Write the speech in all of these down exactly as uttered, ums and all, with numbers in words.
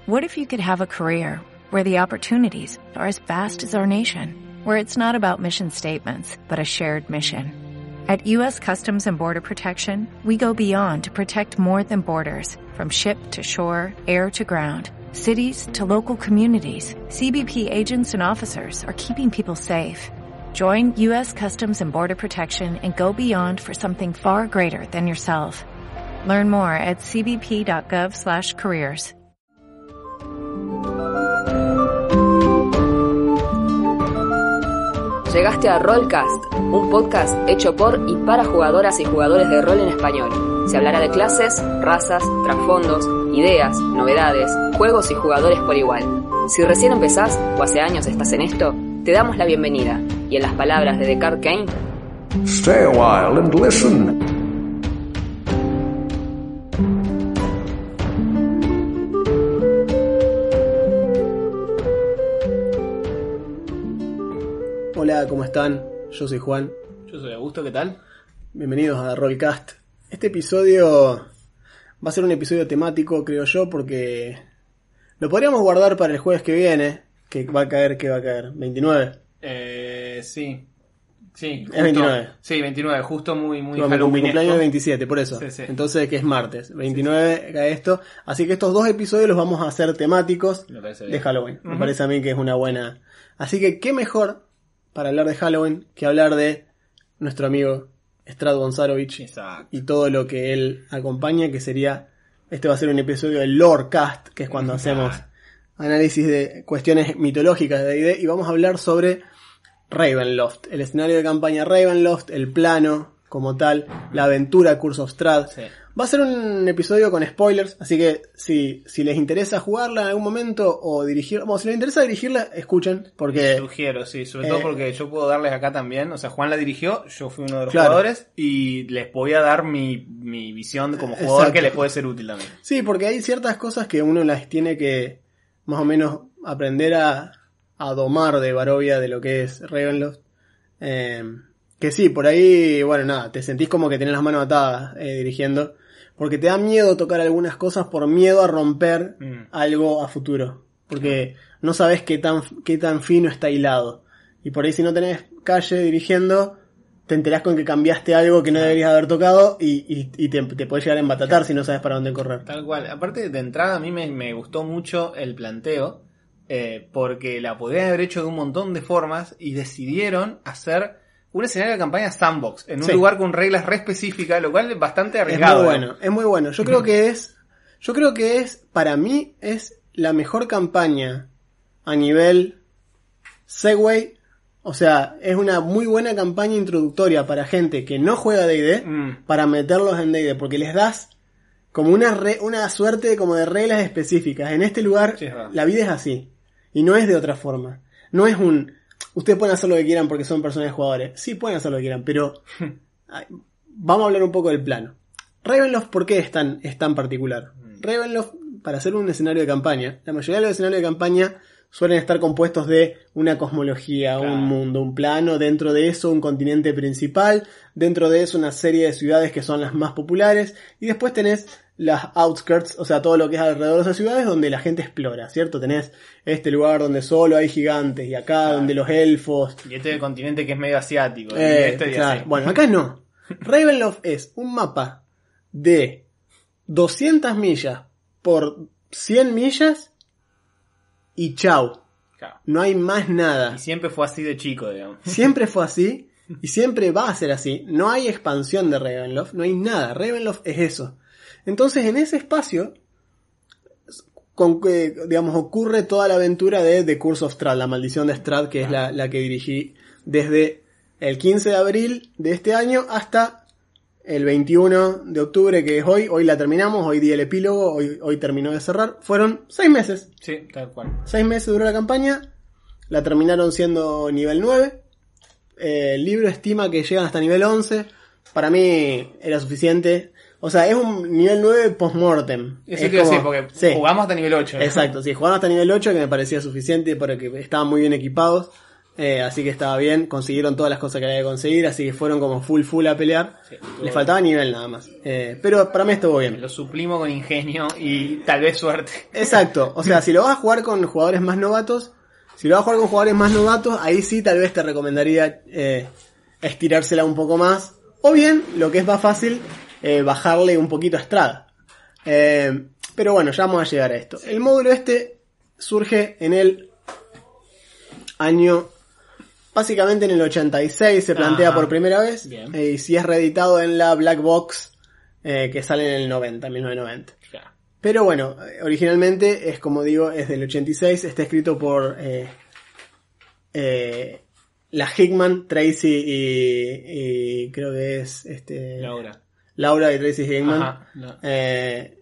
What if you could have a career where the opportunities are as vast as our nation, where it's not about mission statements, but a shared mission? At U S Customs and Border Protection, we go beyond to protect more than borders. From ship to shore, air to ground, cities to local communities, C B P agents and officers are keeping people safe. Join U S Customs and Border Protection and go beyond for something far greater than yourself. Learn more at c b p dot gov slash careers. Llegaste a Rollcast, un podcast hecho por y para jugadoras y jugadores de rol en español. Se hablará de clases, razas, trasfondos, ideas, novedades, juegos y jugadores por igual. Si recién empezás o hace años estás en esto, te damos la bienvenida. Y en las palabras de Descartes Kane, Stay a while and listen. Hola, ¿cómo están? Yo soy Juan. Yo soy Augusto, ¿qué tal? Bienvenidos a Rollcast. Este episodio va a ser un episodio temático, creo yo, porque lo podríamos guardar para el jueves que viene, que va a caer, ¿qué va a caer? ¿veintinueve? Eh, sí. Sí, justo, es veintinueve. Sí, veintinueve, justo muy, muy no, mi cumpleaños es veintisiete, por eso. Sí, sí. Entonces, que es martes. veintinueve sí, sí. Cae esto. Así que estos dos episodios los vamos a hacer temáticos de Halloween. Uh-huh. Me parece a mí que es una buena... Así que, ¿qué mejor para hablar de Halloween que hablar de nuestro amigo Strad Gonzarovich? Exacto. Y todo lo que él acompaña, que sería... Este va a ser un episodio del Lorecast, que es cuando uh-huh. hacemos análisis de cuestiones mitológicas de D and D, y vamos a hablar sobre Ravenloft, el escenario de campaña Ravenloft, el plano como tal, la aventura Curse of Strahd. Sí. Va a ser un episodio con spoilers, así que si, si les interesa jugarla en algún momento o dirigirla, bueno, si les interesa dirigirla, escuchen, porque... Sugiero, sí, sobre eh, todo porque yo puedo darles acá también, o sea, Juan la dirigió, yo fui uno de los claro. jugadores y les podía dar mi, mi visión como jugador. Exacto. Que les puede ser útil también. Sí, porque hay ciertas cosas que uno las tiene que más o menos aprender a... a domar de Barovia, de lo que es Ravenloft. Eh, que sí, por ahí, bueno, nada, te sentís como que tenés las manos atadas eh, dirigiendo, porque te da miedo tocar algunas cosas por miedo a romper mm. algo a futuro, porque no sabés qué tan, qué tan fino está hilado. Y por ahí si no tenés calle dirigiendo, te enterás con que cambiaste algo que no deberías haber tocado y, y, y te, te podés llegar a embatatar si no sabes para dónde correr. Tal cual. Aparte, de entrada, a mí me, me gustó mucho el planteo, Eh, porque la podrían haber hecho de un montón de formas y decidieron hacer un escenario de campaña sandbox en un sí. lugar con reglas re específicas, lo cual es bastante arriesgado. Es muy bueno, es muy bueno. Yo creo que es, yo creo que es, para mí, es la mejor campaña a nivel Segway. O sea, es una muy buena campaña introductoria para gente que no juega D and D, mm. para meterlos en D and D, porque les das como una, re, una suerte como de reglas específicas. En este lugar, sí, la vida es así. Y no es de otra forma. No es un... Ustedes pueden hacer lo que quieran porque son personajes jugadores. Sí, pueden hacer lo que quieran, pero... vamos a hablar un poco del plano. Ravenloft, ¿por qué es tan, es tan particular? Ravenloft, para hacer un escenario de campaña, la mayoría de los escenarios de campaña suelen estar compuestos de una cosmología, claro. un mundo, un plano, dentro de eso un continente principal, dentro de eso una serie de ciudades que son las más populares, y después tenés las outskirts, o sea, todo lo que es alrededor de esas ciudades donde la gente explora, ¿cierto? Tenés este lugar donde solo hay gigantes, y acá claro. donde los elfos... Y este continente que es medio asiático. Eh, y este claro. Bueno, acá no. Ravenloft es un mapa de doscientas millas por cien millas y chau. Claro. No hay más nada. Y siempre fue así de chico, digamos. Siempre fue así, y siempre va a ser así. No hay expansión de Ravenloft, no hay nada. Ravenloft es eso. Entonces, en ese espacio, con que, digamos, ocurre toda la aventura de The Curse of Strahd, la maldición de Strahd, que es la, la que dirigí desde el quince de abril de este año hasta el veintiuno de octubre, que es hoy. Hoy la terminamos, hoy di el epílogo, hoy, hoy terminó de cerrar. Fueron seis meses. Sí, tal cual. Seis meses duró la campaña, la terminaron siendo nivel nueve. Eh, el libro estima que llegan hasta nivel once. Para mí era suficiente. O sea, es un nivel nueve post-mortem. Eso quiero decir, porque sí. jugamos hasta nivel ocho. ¿no? Exacto, sí, jugamos hasta nivel ocho, que me parecía suficiente porque estaban muy bien equipados. Eh, así que estaba bien, consiguieron todas las cosas que había que conseguir, así que fueron como full full a pelear. Sí, Les faltaba nivel nada más. Eh, pero para mí estuvo bien. Lo suplimos con ingenio y tal vez suerte. Exacto, o sea, si lo vas a jugar con jugadores más novatos, si lo vas a jugar con jugadores más novatos, ahí sí tal vez te recomendaría eh, estirársela un poco más. O bien, lo que es más fácil, eh, bajarle un poquito a Strada. Eh, pero bueno, ya vamos a llegar a esto. El módulo este surge en el año... Básicamente en el ochenta y seis se plantea Ajá. por primera vez. Eh, y si es reeditado en la Black Box eh, que sale en el noventa, mil novecientos noventa. Claro. Pero bueno, originalmente es como digo, es del ochenta y seis. Está escrito por eh, eh, la Hickman, Tracy y, y creo que es este Laura. Laura y Tracy Hickman. Ajá, no. Eh,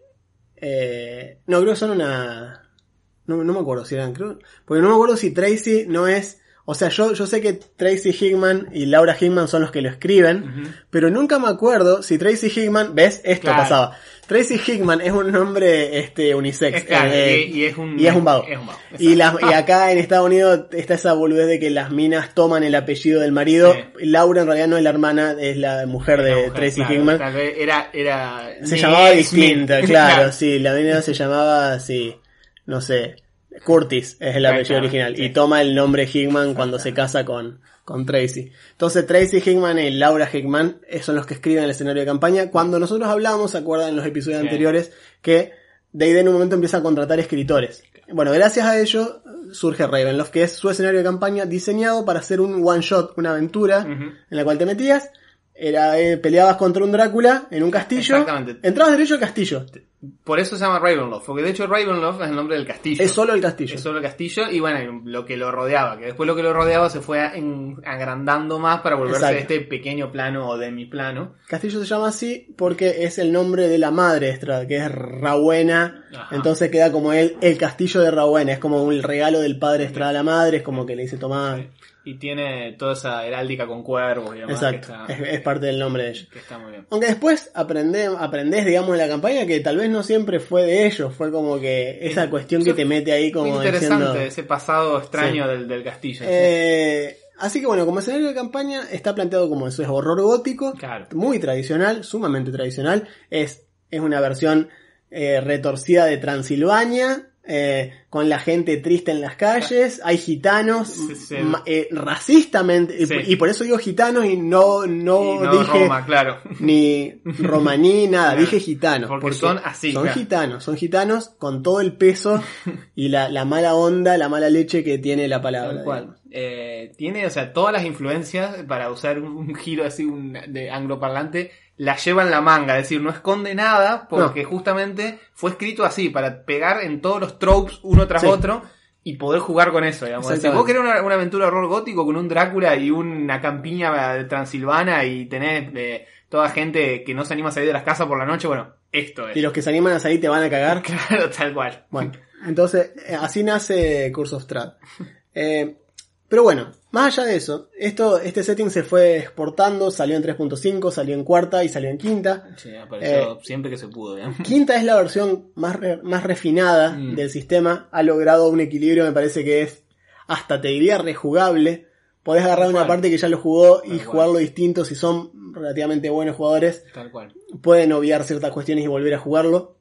eh, no, creo que son una... No, no me acuerdo si eran... Creo, porque no me acuerdo si Tracy no es... O sea, yo, yo sé que Tracy Hickman y Laura Hickman son los que lo escriben, uh-huh. pero nunca me acuerdo si Tracy Hickman, ¿ves? Esto claro. pasaba. Tracy Hickman es un nombre este unisex. Es claro, eh, y, y es un y es un vago. Es un vago y, las, y acá en Estados Unidos está esa boludez de que las minas toman el apellido del marido. Sí. Laura en realidad no es la hermana, es la mujer es de la mujer, Tracy claro, Hickman. Tal vez era, era se llamaba distinta, claro, claro, sí, la mina se llamaba, sí, no sé... Curtis es el apellido claro, original sí. y toma el nombre Hickman cuando se casa con, con Tracy. Entonces Tracy Hickman y Laura Hickman son los que escriben el escenario de campaña. Cuando nosotros hablamos, ¿se acuerdan en los episodios sí. anteriores? Que D and D en un momento empieza a contratar escritores. Bueno, gracias a ello surge Ravenloft, que es su escenario de campaña diseñado para hacer un one shot, una aventura uh-huh. en la cual te metías, era eh, peleabas contra un Drácula en un castillo, exactamente. Entrabas derecho al castillo. Por eso se llama Ravenloft, porque de hecho Ravenloft es el nombre del castillo. Es solo el castillo. Es solo el castillo y bueno, lo que lo rodeaba, que después lo que lo rodeaba se fue en, agrandando más para volverse Exacto. este pequeño plano o demiplano. Castillo se llama así porque es el nombre de la madre de Strahd, que es Rowena, Ajá. entonces queda como el, el castillo de Rowena, es como un regalo del padre de Strahd a la madre, es como que le dice Tomás. Sí. Y tiene toda esa heráldica con cuervos y demás. Exacto, que está, es, es parte del nombre de ellos. Que está muy bien. Aunque después aprendés, aprendés, digamos, en la campaña que tal vez no siempre fue de ellos, fue como que esa cuestión que te mete ahí como muy interesante diciendo, ese pasado extraño sí. del, del castillo. Eh, ¿sí? Así que bueno, como escenario de campaña está planteado como eso, es horror gótico, claro. muy tradicional, sumamente tradicional, es, es una versión eh, retorcida de Transilvania, Eh, con la gente triste en las calles, hay gitanos sí, sí. Ma, eh, racistamente sí. y, y por eso digo gitanos y no no, y no dije Roma, claro. ni romaní nada, claro. dije gitanos porque, porque son así son claro. gitanos, son gitanos con todo el peso y la, la mala onda, la mala leche que tiene la palabra. Tal cual. Eh, tiene, o sea, todas las influencias para usar un, un giro así un, de angloparlante la lleva en la manga, es decir, no esconde nada porque no. justamente fue escrito así, para pegar en todos los tropes uno tras sí. otro y poder jugar con eso, digamos. Si vos querés una, una aventura de horror gótico con un Drácula y una campiña transilvana y tenés eh, toda gente que no se anima a salir de las casas por la noche, bueno, esto es. Y los que se animan a salir te van a cagar. Claro, tal cual. Bueno, entonces, así nace Curse of Strahd. Eh... Pero bueno, más allá de eso, esto, este setting se fue exportando, salió en tres punto cinco, salió en cuarta y salió en quinta. Sí, apareció eh, siempre que se pudo. ¿eh? Quinta es la versión más, re, más refinada mm. del sistema, ha logrado un equilibrio, me parece que es, hasta te diría rejugable. Podés agarrar Tal una cual. parte que ya lo jugó y Tal jugarlo cual. distinto si son relativamente buenos jugadores. Tal cual. Pueden obviar ciertas cuestiones y volver a jugarlo.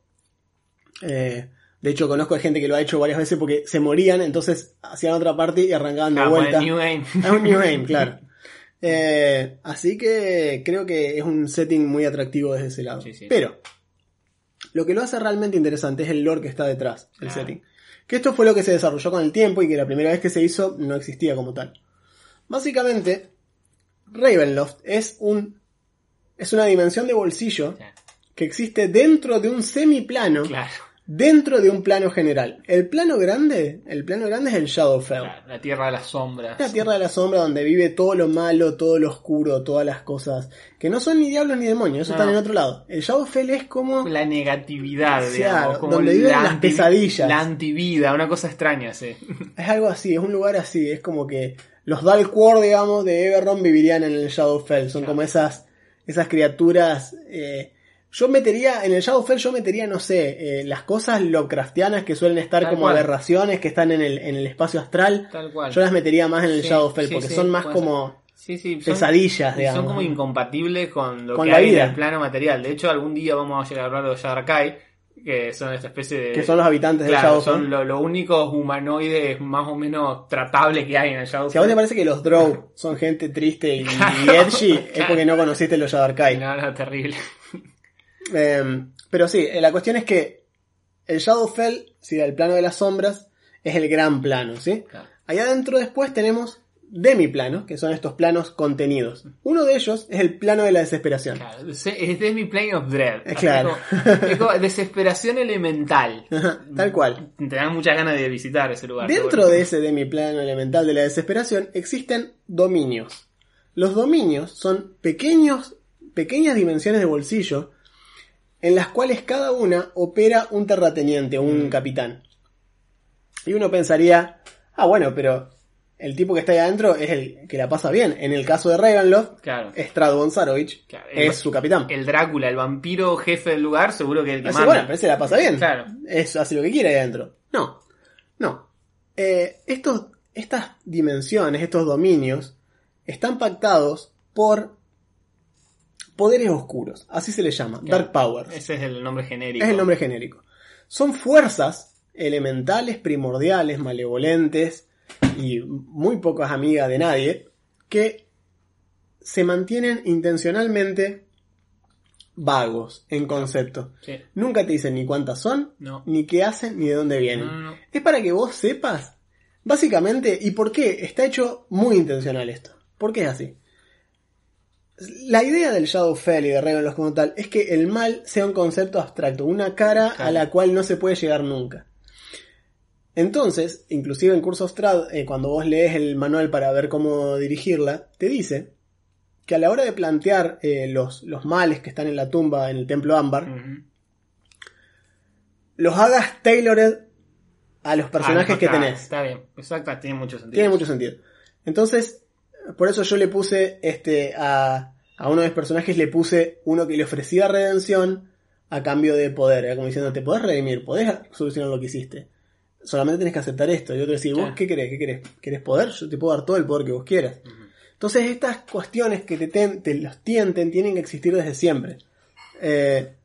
Eh... De hecho, conozco a gente que lo ha hecho varias veces porque se morían, entonces hacían otra parte y arrancaban de ah, vuelta. New game. Es un New Game, claro. Eh, así que creo que es un setting muy atractivo desde ese lado. Sí, sí. Pero, lo que lo hace realmente interesante es el lore que está detrás del ah. setting. Que esto fue lo que se desarrolló con el tiempo y que la primera vez que se hizo no existía como tal. Básicamente, Ravenloft es un es una dimensión de bolsillo sí. que existe dentro de un semiplano. Claro. Dentro de un plano general. El plano grande, el plano grande es el Shadowfell. La, la tierra de las sombras. La tierra de la sombra donde vive todo lo malo, todo lo oscuro, todas las cosas que no son ni diablos ni demonios, eso no. Están en otro lado. El Shadowfell es como la negatividad, claro, digamos, como donde viven las anti, pesadillas. La antivida, una cosa extraña, sí. Es algo así, es un lugar así, es como que los Dalkwar, digamos, de Eberron vivirían en el Shadowfell, son claro. como esas esas criaturas eh, Yo metería, en el Shadowfell yo metería, no sé, eh, las cosas Lovecraftianas que suelen estar Tal como cual. aberraciones que están en el, en el espacio astral. Tal cual. Yo las metería más en el Sí, Shadowfell sí, porque sí, son más puede como Sí, sí, son, pesadillas, y digamos. son como incompatibles con lo Con que la hay vida. en el plano material. De hecho, algún día vamos a llegar a hablar de los Yadar-kai, que son esta especie de... Que son los habitantes del Claro, Shadowfell. son los lo únicos humanoides más o menos tratables que hay en el Shadowfell. Si a vos te parece que los Drow son gente triste y, y edgy, es porque no conociste los Yadar-kai. No, no, terrible. Eh, pero sí, eh, la cuestión es que el Shadowfell, si el plano de las sombras, es el gran plano, ¿sí? Claro. Ahí adentro después tenemos demiplanos, que son estos planos contenidos. Uno de ellos es el plano de la desesperación. Claro, es es mi plane of dread. Eh, claro. Es como, es como desesperación elemental. Tal cual. Te dan muchas ganas de visitar ese lugar. Dentro seguro. de ese demiplano elemental de la desesperación existen dominios. Los dominios son pequeños, pequeñas dimensiones de bolsillo en las cuales cada una opera un terrateniente, un Mm. capitán. Y uno pensaría, ah bueno, pero el tipo que está ahí adentro es el que la pasa bien. En el caso de Ravenloft, Claro. Strad von Zarovich Claro, el- es su capitán. El Drácula, el vampiro jefe del lugar, seguro que el que Así, manda. bueno, pero ese la pasa bien. Claro. Es, hace lo que quiere ahí adentro. No, no. Eh, estos, estas dimensiones, estos dominios, están pactados por poderes oscuros. Así se les llama. Claro. Dark Powers. Ese es el nombre genérico. Es el nombre genérico. Son fuerzas elementales, primordiales, malevolentes y muy pocas amigas de nadie que se mantienen intencionalmente vagos en concepto. Sí. Nunca te dicen ni cuántas son, No. ni qué hacen, ni de dónde vienen. No, no, no. Es para que vos sepas, básicamente, y por qué está hecho muy intencional esto. ¿Por qué es así? La idea del Shadowfell y de Ravenloft como tal es que el mal sea un concepto abstracto, una cara Claro. a la cual no se puede llegar nunca. Entonces, inclusive en Curse of Strahd, eh, cuando vos lees el manual para ver cómo dirigirla, te dice que a la hora de plantear eh, los, los males que están en la tumba en el Templo Ámbar, Ujú. los hagas tailored a los personajes Ah, que está, tenés. Está bien, exacto, tiene mucho sentido. Tiene mucho sentido. Entonces, por eso yo le puse este a, a uno de mis personajes, le puse uno que le ofrecía redención a cambio de poder. Era como diciendo, te podés redimir, podés solucionar lo que hiciste. Solamente tenés que aceptar esto. Y otro decía, ¿vos Claro. qué querés? ¿Qué querés? ¿Querés poder? Yo te puedo dar todo el poder que vos quieras. Ujú. Entonces estas cuestiones que te, ten- te los tienten tienen que existir desde siempre. Eh,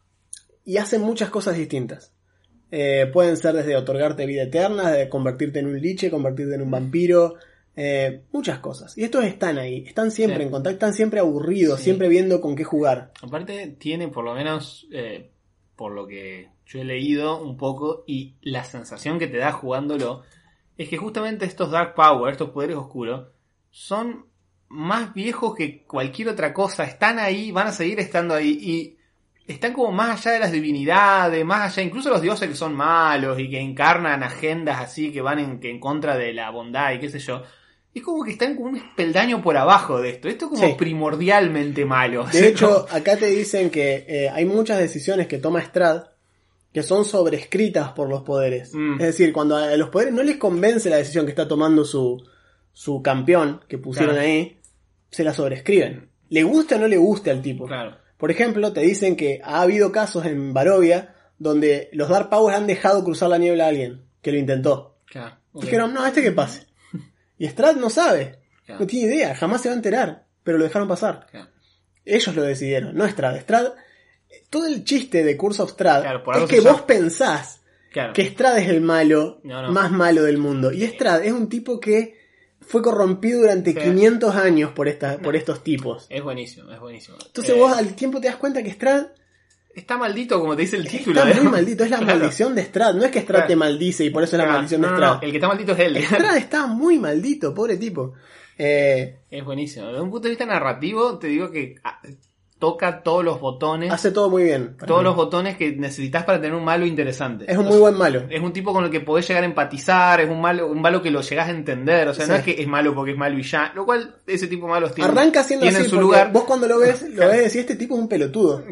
y hacen muchas cosas distintas. Eh, pueden ser desde otorgarte vida eterna, de convertirte en un liche, convertirte en un vampiro, eh, muchas cosas. Y estos están ahí, están siempre Sí. en contacto, están siempre aburridos, Sí. siempre viendo con qué jugar. Aparte, tiene por lo menos, eh, por lo que yo he leído un poco, y la sensación que te da jugándolo, es que justamente estos Dark Power, estos poderes oscuros, son más viejos que cualquier otra cosa. Están ahí, van a seguir estando ahí, y están como más allá de las divinidades, más allá, incluso los dioses que son malos y que encarnan agendas así que van en, que en contra de la bondad y qué sé yo. Es como que están como un peldaño por abajo de esto. Esto es como Sí. primordialmente malo. De hecho, acá te dicen que eh, hay muchas decisiones que toma Strahd que son sobrescritas por los poderes. Mm. Es decir, cuando a los poderes no les convence la decisión que está tomando su, su campeón que pusieron Claro. ahí, se la sobrescriben. Le guste o no le guste al tipo. Claro. Por ejemplo, te dicen que ha habido casos en Barovia donde los Dark Powers han dejado cruzar la niebla a alguien que lo intentó. Claro. ok. Dijeron, no, este que pase. Y Strahd no sabe, Claro. no tiene idea, jamás se va a enterar, pero lo dejaron pasar. Claro. Ellos lo decidieron, no Strahd. Strahd, todo el chiste de Curse of Strahd Claro, por es algo que se vos llama- pensás Claro. que Strahd es el malo No, no. más malo del mundo. Y Strahd es un tipo que fue corrompido durante Sí. quinientos años por, esta, por estos tipos. Es buenísimo, es buenísimo. Entonces Eh, vos al tiempo te das cuenta que Strahd Está maldito, como te dice el título. está ¿eh? muy maldito, es la Claro. maldición de Strahd. No es que Strahd Claro. te maldice y por eso es la Claro. maldición No, de no, Strahd. no, el que está maldito es él. Strahd está muy maldito, pobre tipo. Eh, Es buenísimo. Desde un punto de vista narrativo, te digo que ah, toca todos los botones. hace todo muy bien. para Todos mí. los botones que necesitas para tener un malo interesante. Es un O muy sea, buen malo. Es un tipo con el que podés llegar a empatizar, es un malo, un malo que lo llegás a entender. O sea, no Sí. es que es malo porque es malo y ya. Lo cual, ese tipo de malos tiene, Arranca siendo tiene así, en su porque lugar. vos cuando lo ves, lo ves y decís, este tipo es un pelotudo.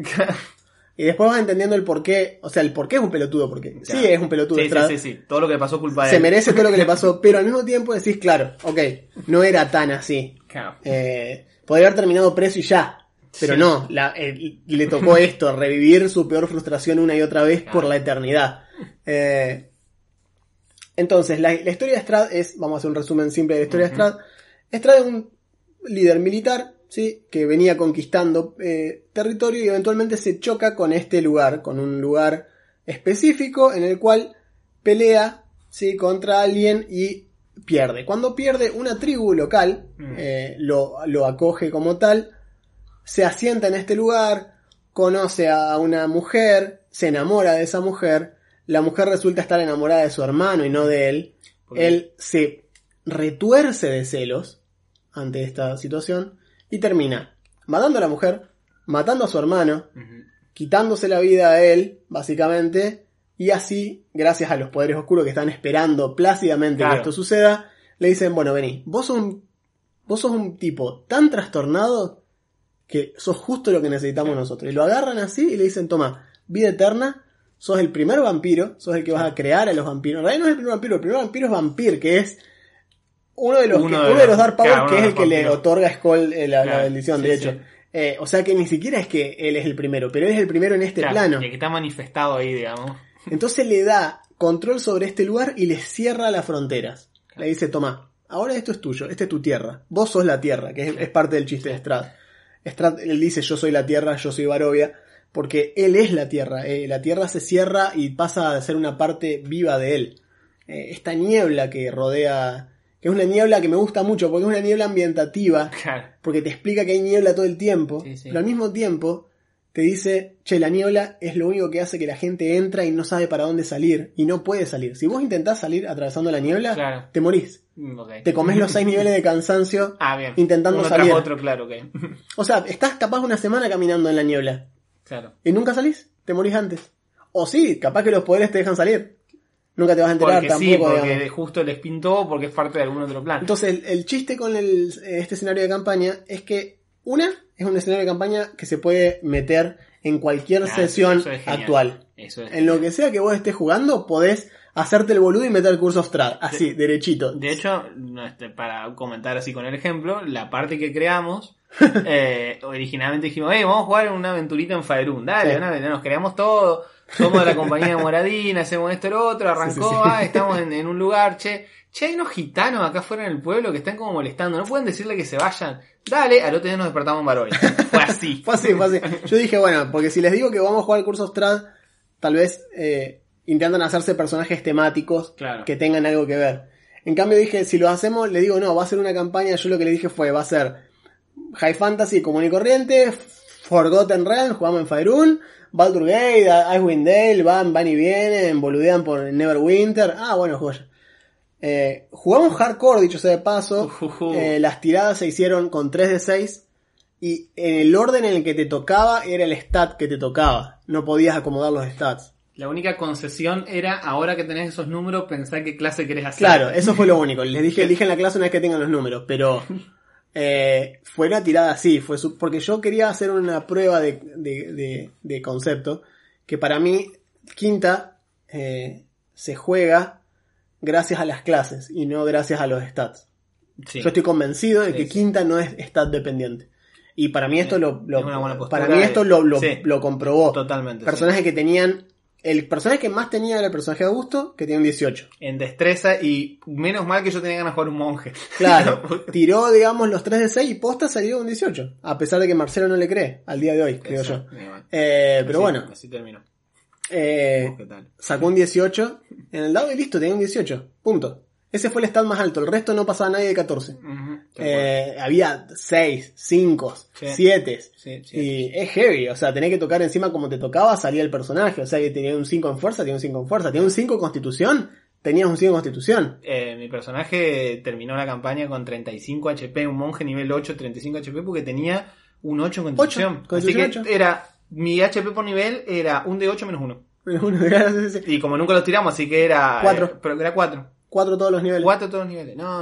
Y después vas entendiendo el por qué, o sea, el por qué es un pelotudo, porque sí Claro. es un pelotudo. Sí, sí, Strahd. sí, sí. Todo lo que le pasó culpa de Se él. merece todo lo que le pasó, pero al mismo tiempo decís, claro, ok, no era tan así. Claro. Eh, podría haber terminado preso y ya. Pero Sí. no, la, eh, le tocó esto, revivir su peor frustración una y otra vez por la eternidad. Eh, entonces, la, la historia de Strahd es, vamos a hacer un resumen simple de la historia uh-huh. de Strahd. Strahd es un líder militar, ¿sí? Que venía conquistando eh, territorio y eventualmente se choca con este lugar, con un lugar específico en el cual pelea, ¿sí? Contra alguien y pierde. Cuando pierde, una tribu local mm. eh, lo, lo acoge como tal, se asienta en este lugar, conoce a una mujer, se enamora de esa mujer, la mujer resulta estar enamorada de su hermano y no de él, él se retuerce de celos ante esta situación y termina matando a la mujer, matando a su hermano, uh-huh. quitándose la vida a él, básicamente, y así, gracias a los poderes oscuros que están esperando plácidamente claro. que esto suceda, le dicen, bueno, vení, vos sos un, vos sos un tipo tan trastornado que sos justo lo que necesitamos nosotros. Y lo agarran así y le dicen, toma, vida eterna, sos el primer vampiro, sos el que vas a crear a los vampiros. En realidad no es el primer vampiro, el primer vampiro es Vampir, que es uno de los, uno que, de, uno de los Dark Power, claro, que es el que vampiros. Le otorga a Skoll eh, la, claro, la bendición, sí, de hecho. Sí. Eh, o sea que ni siquiera es que él es el primero, pero él es el primero en este claro, plano. Y que está manifestado ahí, digamos. Entonces le da control sobre este lugar y le cierra las fronteras. Claro. Le dice, toma, ahora esto es tuyo, esta es tu tierra. Vos sos la tierra, que es, es parte del chiste de Strahd. Strahd, él dice, yo soy la tierra, yo soy Barovia, porque él es la tierra. Eh, la tierra se cierra y pasa a ser una parte viva de él. Eh, esta niebla que rodea... que es una niebla que me gusta mucho, porque es una niebla ambientativa, claro. porque te explica que hay niebla todo el tiempo, sí, sí. pero al mismo tiempo te dice, che, la niebla es lo único que hace que la gente entra y no sabe para dónde salir, y no puede salir. Si vos intentás salir atravesando la niebla, claro. te morís. Okay. Te comés los seis niveles de cansancio ah, bien. intentando Uno salir. Tras otro, claro, okay. O sea, estás capaz una semana caminando en la niebla. Claro. Y nunca salís, te morís antes. O sí, capaz que los poderes te dejan salir. Nunca te vas a enterar porque tampoco. Sí, porque digamos. justo les pintó porque es parte de algún otro plan. Entonces, el, el chiste con el, este escenario de campaña es que, una, es un escenario de campaña que se puede meter en cualquier claro, sesión eso es actual. Eso es en lo que sea que vos estés jugando, podés hacerte el boludo y meter el Curse of Strahd. Así, de, derechito. De hecho, para comentar así con el ejemplo, la parte que creamos, eh, originalmente dijimos, hey, vamos a jugar una aventurita en Faerun. Dale, sí. una, nos creamos todo. Somos de la compañía de Moradina, hacemos esto y lo otro, arrancó, sí, sí, sí. Ah, estamos en, en un lugar, che, che, hay unos gitanos acá afuera en el pueblo que están como molestando, no pueden decirle que se vayan. Dale, al otro día nos despertamos en Barovia. Fue así. fue así, fue así. Yo dije, bueno, porque si les digo que vamos a jugar el Curse of Strahd, tal vez eh, intentan hacerse personajes temáticos claro. que tengan algo que ver. En cambio dije, si lo hacemos, le digo, no, va a ser una campaña, yo lo que le dije fue, va a ser High Fantasy común y corriente, Forgotten Realms, jugamos en Faerun, Baldur's Gate, Icewind Dale, van, van y vienen, boludean por Neverwinter. Ah, bueno, joya. Eh, jugamos hardcore, dicho sea de paso. Uh, uh, uh. Eh, las tiradas se hicieron con tres de seis. Y en el orden en el que te tocaba era el stat que te tocaba. No podías acomodar los stats. La única concesión era, ahora que tenés esos números, pensar qué clase querés hacer. Claro, eso fue lo único. Les dije, eligen la clase una vez que tengan los números. Pero... Eh, fue una tirada así, fue su- porque yo quería hacer una prueba de, de, de, de concepto, que para mí Quinta eh, se juega gracias a las clases y no gracias a los stats. Sí. Yo estoy convencido de sí, que sí. Quinta no es stat dependiente. Y para mí esto lo, lo para mí esto lo, lo, sí. lo comprobó. Totalmente. Personajes sí. que tenían el personaje que más tenía era el personaje de Augusto, que tiene un dieciocho. En destreza, y menos mal que yo tenía ganas de jugar un monje. Claro, tiró, digamos, los tres de seis y posta salió un dieciocho. A pesar de que Marcelo no le cree, al día de hoy, creo yo. Eh, pero así, bueno. Así terminó. Eh, ¿Qué tal? Sacó un dieciocho en el dado y listo, tenía un dieciocho. Punto. Ese fue el stat más alto, el resto no pasaba nadie de catorce. Uh-huh, eh, había seis, cinco, siete. Sí, sí, y sí. Es heavy, o sea, tenés que tocar encima como te tocaba, salía el personaje. O sea, que tenía un cinco en fuerza, tenía un cinco en fuerza. Tenía un cinco en constitución, tenías un cinco en constitución. Eh, mi personaje terminó la campaña con treinta y cinco H P, un monje nivel ocho, treinta y cinco H P, porque tenía un ocho en constitución. ocho, constitución Así que ocho. Era, mi H P por nivel era un de ocho menos uno. Menos uno, gracias. Y como nunca los tiramos, así que era... cuatro. Eh, pero era cuatro. Cuatro todos los niveles. Cuatro todos los niveles. No, una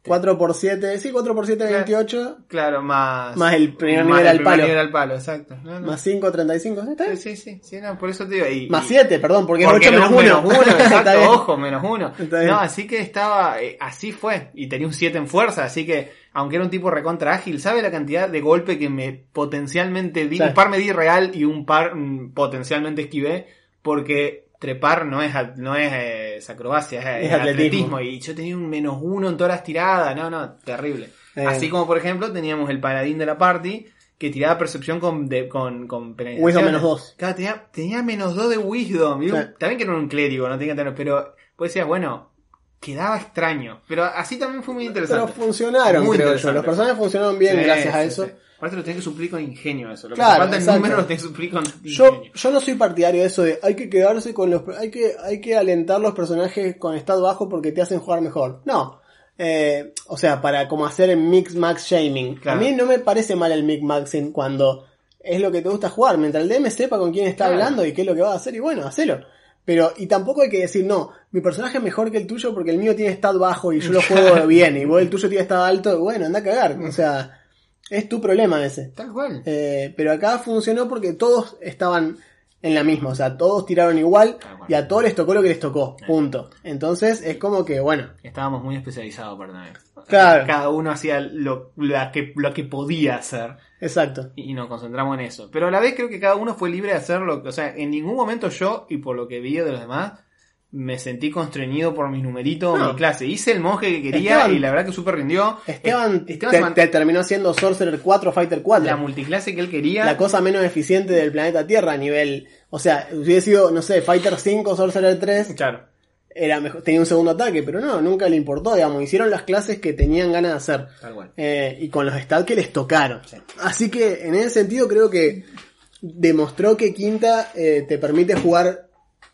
cuatro por siete, sí, cuatro por siete, veintiocho. Claro, más... Más el primer más nivel el al primer palo. nivel al palo, exacto. No, no. Más cinco, treinta y cinco, ¿está bien? Sí, sí, sí, no, por eso te digo. Y, Más y- siete, perdón, porque, Porque es ocho no, menos uno. menos uno, Está exacto, bien. ojo, menos uno. Está bien. No, así que estaba, eh, así fue, y tenía un siete en fuerza, así que, aunque era un tipo recontra ágil, ¿sabe la cantidad de golpe que me potencialmente di? Sí. Un par me di real y un par mm, potencialmente esquivé, porque trepar no es, a- no es eh, acrobacia, es, Es es atletismo. atletismo, y yo tenía un menos uno en todas las tiradas, no, no, terrible. Eh. Así como, por ejemplo, teníamos el paladín de la party, que tiraba percepción con, de, con, con penetración. Wisdom menos dos. Claro, tenía, tenía menos dos de Wisdom. Y Sí. también que no era un clérigo, no tenía que tener, pero pues decías, bueno, quedaba extraño. Pero así también fue muy Pero interesante. funcionaron, Muy creo yo. interesante. Los personajes funcionaron bien Sí, gracias a sí, eso. sí. Aparte lo tenés que suplir con ingenio eso. Lo que Claro, te falta en exacto. números lo tenés que suplir con Yo, ingenio. yo no soy partidario de eso de hay que quedarse con los... Hay que, hay que alentar los personajes con stat bajo porque te hacen jugar mejor. No. Eh, o sea, para como hacer el mix max shaming. Claro. A mí no me parece mal el mix maxing cuando es lo que te gusta jugar. Mientras el D M sepa con quién está Claro. hablando y qué es lo que va a hacer, y bueno, hacelo. Pero, y tampoco hay que decir, no, mi personaje es mejor que el tuyo porque el mío tiene stat bajo y yo lo juego bien, y vos el tuyo tiene stat alto, bueno, anda a cagar. O sea, es tu problema ese. Tal cual. Eh, pero acá funcionó porque todos estaban en la misma, o sea, todos tiraron igual Tal cual. y a todos les tocó lo que les tocó, punto. Entonces es como que, bueno, Estábamos muy especializados para también. Claro. Cada uno hacía lo, lo, que, lo que podía hacer. exacto. Y nos concentramos en eso. Pero a la vez creo que cada uno fue libre de hacerlo. O sea, en ningún momento yo, y por lo que vi de los demás, me sentí constreñido por mis numeritos o No. mi clase. Hice el monje que quería Esteban- y la verdad que súper rindió. Esteban, Esteban te, se man- te terminó siendo Sorcerer cuatro, Fighter cuatro. la multiclase que él quería. La cosa menos eficiente del planeta Tierra a nivel... O sea, hubiese sido, no sé, Fighter cinco, Sorcerer tres, Claro. era mejor, tenía un segundo ataque, pero no, nunca le importó, digamos. Hicieron las clases que tenían ganas de hacer. Tal cual. Eh, y con los stats que les tocaron. Sí. Así que en ese sentido creo que demostró que Quinta eh, te permite jugar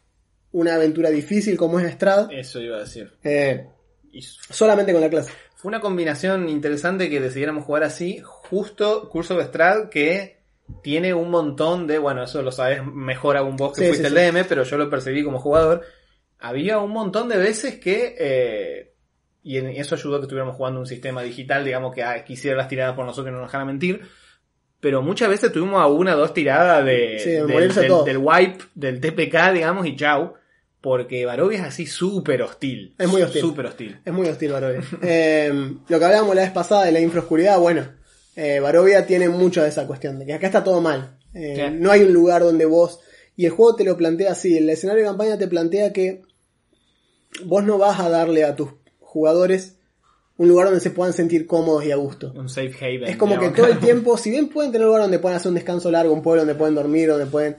una aventura difícil como es Strad, Eso iba a decir. eh, Y solamente con la clase. fue una combinación interesante que decidiéramos jugar así. Justo Curse of Strahd, que tiene un montón de... Bueno, eso lo sabes mejor aún vos que Sí, fuiste sí, el sí. D M, pero yo lo percibí como jugador. Había un montón de veces que... Eh, y en eso ayudó a que estuviéramos jugando un sistema digital, digamos, que, ah, que hiciera las tiradas por nosotros y no nos dejara mentir. Pero muchas veces tuvimos a una o dos tiradas de, Sí, de del, morirse del, todos. del wipe, del T P K, digamos, y chau. Porque Barovia es así súper hostil. Es muy hostil. Súper hostil. Es muy hostil Barovia. eh, lo que hablábamos la vez pasada de la infraoscuridad, bueno, eh, Barovia tiene mucho de esa cuestión, de que acá está todo mal. Eh, Sí. No hay un lugar donde vos... Y el juego te lo plantea así, el escenario de campaña te plantea que vos no vas a darle a tus jugadores un lugar donde se puedan sentir cómodos y a gusto. Un safe haven. Es como que digamos. todo el tiempo, si bien pueden tener un lugar donde pueden hacer un descanso largo, un pueblo donde pueden dormir, donde pueden...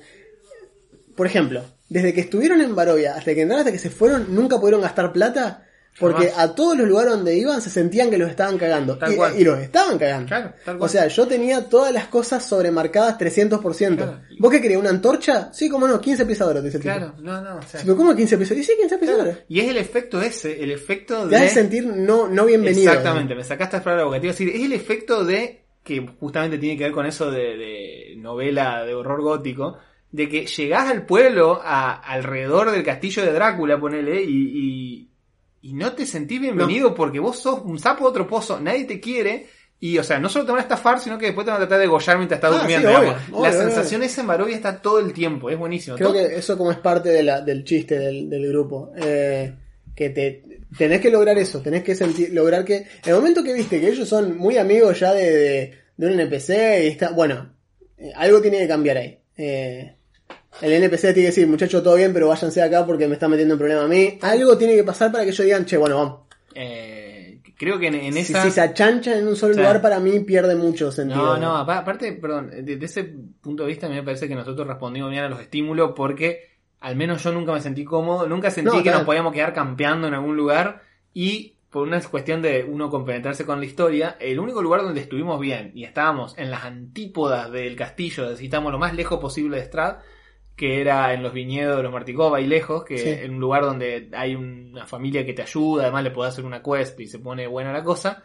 Por ejemplo, desde que estuvieron en Barovia hasta que entraron, hasta que se fueron, nunca pudieron gastar plata porque Jamás. a todos los lugares donde iban se sentían que los estaban cagando. Tal Y, cual. y los estaban cagando. Claro, tal O cual. sea, yo tenía todas las cosas sobremarcadas trescientos por ciento. Claro. ¿Vos qué querías? ¿Una antorcha? Sí, cómo no, quince pies ahora, te dice el tipo. Claro, no, no, o sea, ¿Pero cómo quince pies? Y sí, quince pies claro. ahora. Y es el efecto ese, el efecto Te de... hace sentir no, no bienvenido. Exactamente, me sacaste a la boca. Te iba a decir, es el efecto de, que justamente tiene que ver con eso de, de novela de horror gótico, de que llegás al pueblo, a, alrededor del castillo de Drácula, ponele, y, y, y no te sentís bienvenido porque vos sos un sapo de otro pozo, nadie te quiere, y o sea, no solo te van a estafar, sino que después te van a tratar de degollar mientras estás Ah, durmiendo. sí, obvio, digamos. obvio, La obvio. sensación esa en Barovia está todo el tiempo, es buenísimo. Creo Todo- que eso como es parte de la, del chiste del, del grupo. Eh, que te tenés que lograr eso, tenés que sentir, lograr que... En el momento que viste que ellos son muy amigos ya de, de, de un N P C y está... Bueno, eh, algo tiene que cambiar ahí. Eh, el N P C tiene que decir, muchachos, todo bien, pero váyanse acá porque me está metiendo en problema a mí. Algo tiene que pasar para que ellos digan, che, bueno, vamos. eh, creo que en, en Si, esa... si se achanchan en un solo O sea, lugar, para mí pierde mucho sentido. No, no, apa- aparte, perdón, desde ese punto de vista a mí me parece que nosotros respondimos bien a los estímulos porque al menos yo nunca me sentí cómodo, nunca sentí No, que claro. nos podíamos quedar campeando en algún lugar y por una cuestión de uno compenetrarse con la historia, el único lugar donde estuvimos bien y estábamos en las antípodas del castillo, es decir, estábamos lo más lejos posible de Strahd, que era en los viñedos de los Martikova y lejos, que Sí. en un lugar donde hay una familia que te ayuda, además le podés hacer una quest y se pone buena la cosa.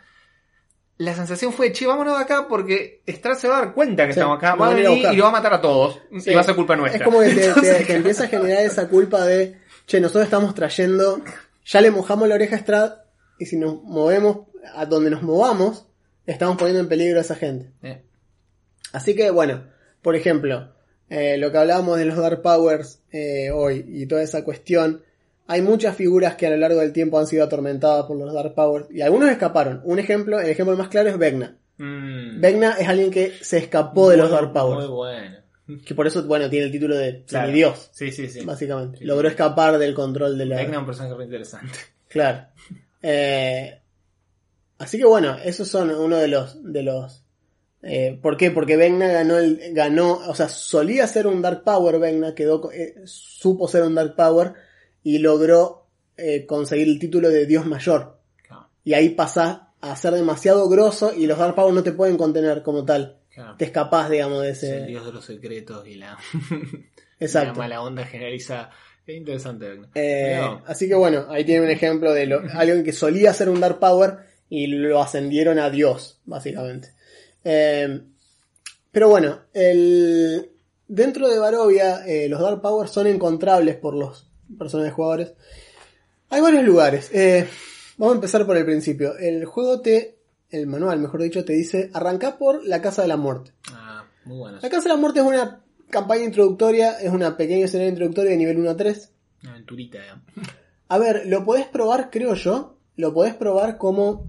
La sensación fue, che, vámonos de acá porque Strahd se va a dar cuenta que Sí, estamos acá, nos va a van a ir a venir buscar. y lo va a matar a todos Sí. y va a ser culpa nuestra. Es como que te, te- Entonces, te empieza a generar esa culpa de, che, nosotros estamos trayendo, ya le mojamos la oreja a Strahd y si nos movemos a donde nos movamos, estamos poniendo en peligro a esa gente. Eh. Así que, bueno, por ejemplo, eh, lo que hablábamos de los Dark Powers eh, hoy y toda esa cuestión, hay muchas figuras que a lo largo del tiempo han sido atormentadas por los Dark Powers y algunos escaparon. Un ejemplo, el ejemplo más claro es Vecna. Mm. Vecna es alguien que se escapó de los Dark Powers. Muy bueno. Que por eso, bueno, tiene el título de Claro. semidios, Sí, sí, sí. básicamente. Sí, Logró sí. escapar del control de la... Vecna es un personaje muy interesante. Claro. Eh, así que bueno, esos son uno de los... de los eh, ¿Por qué? Porque Vecna ganó, el, ganó, o sea, solía ser un Dark Power Vecna, quedó, eh, supo ser un Dark Power y logró eh, conseguir el título de Dios Mayor. Claro. Y ahí pasás a ser demasiado grosso y los Dark Power no te pueden contener como tal. Claro. Te escapás, digamos, de Es el ese... dios de los secretos y la, Exacto. la mala onda generaliza. Es interesante, Vecna. Eh, Pero- así que bueno, ahí tiene un ejemplo de lo, alguien que solía ser un Dark Power y lo ascendieron a Dios, básicamente. Eh, pero bueno, el, dentro de Barovia, eh, los Dark Powers son encontrables por los personajes jugadores. Hay varios lugares. Eh, vamos a empezar por el principio. El juego te, el manual, mejor dicho, te dice arranca por la Casa de la Muerte. Ah, muy bueno. La Casa de la Muerte es una campaña introductoria, es una pequeña escenario introductoria de nivel uno a tres. Una aventurita, digamos. A ver, lo podés probar, creo yo, lo podés probar como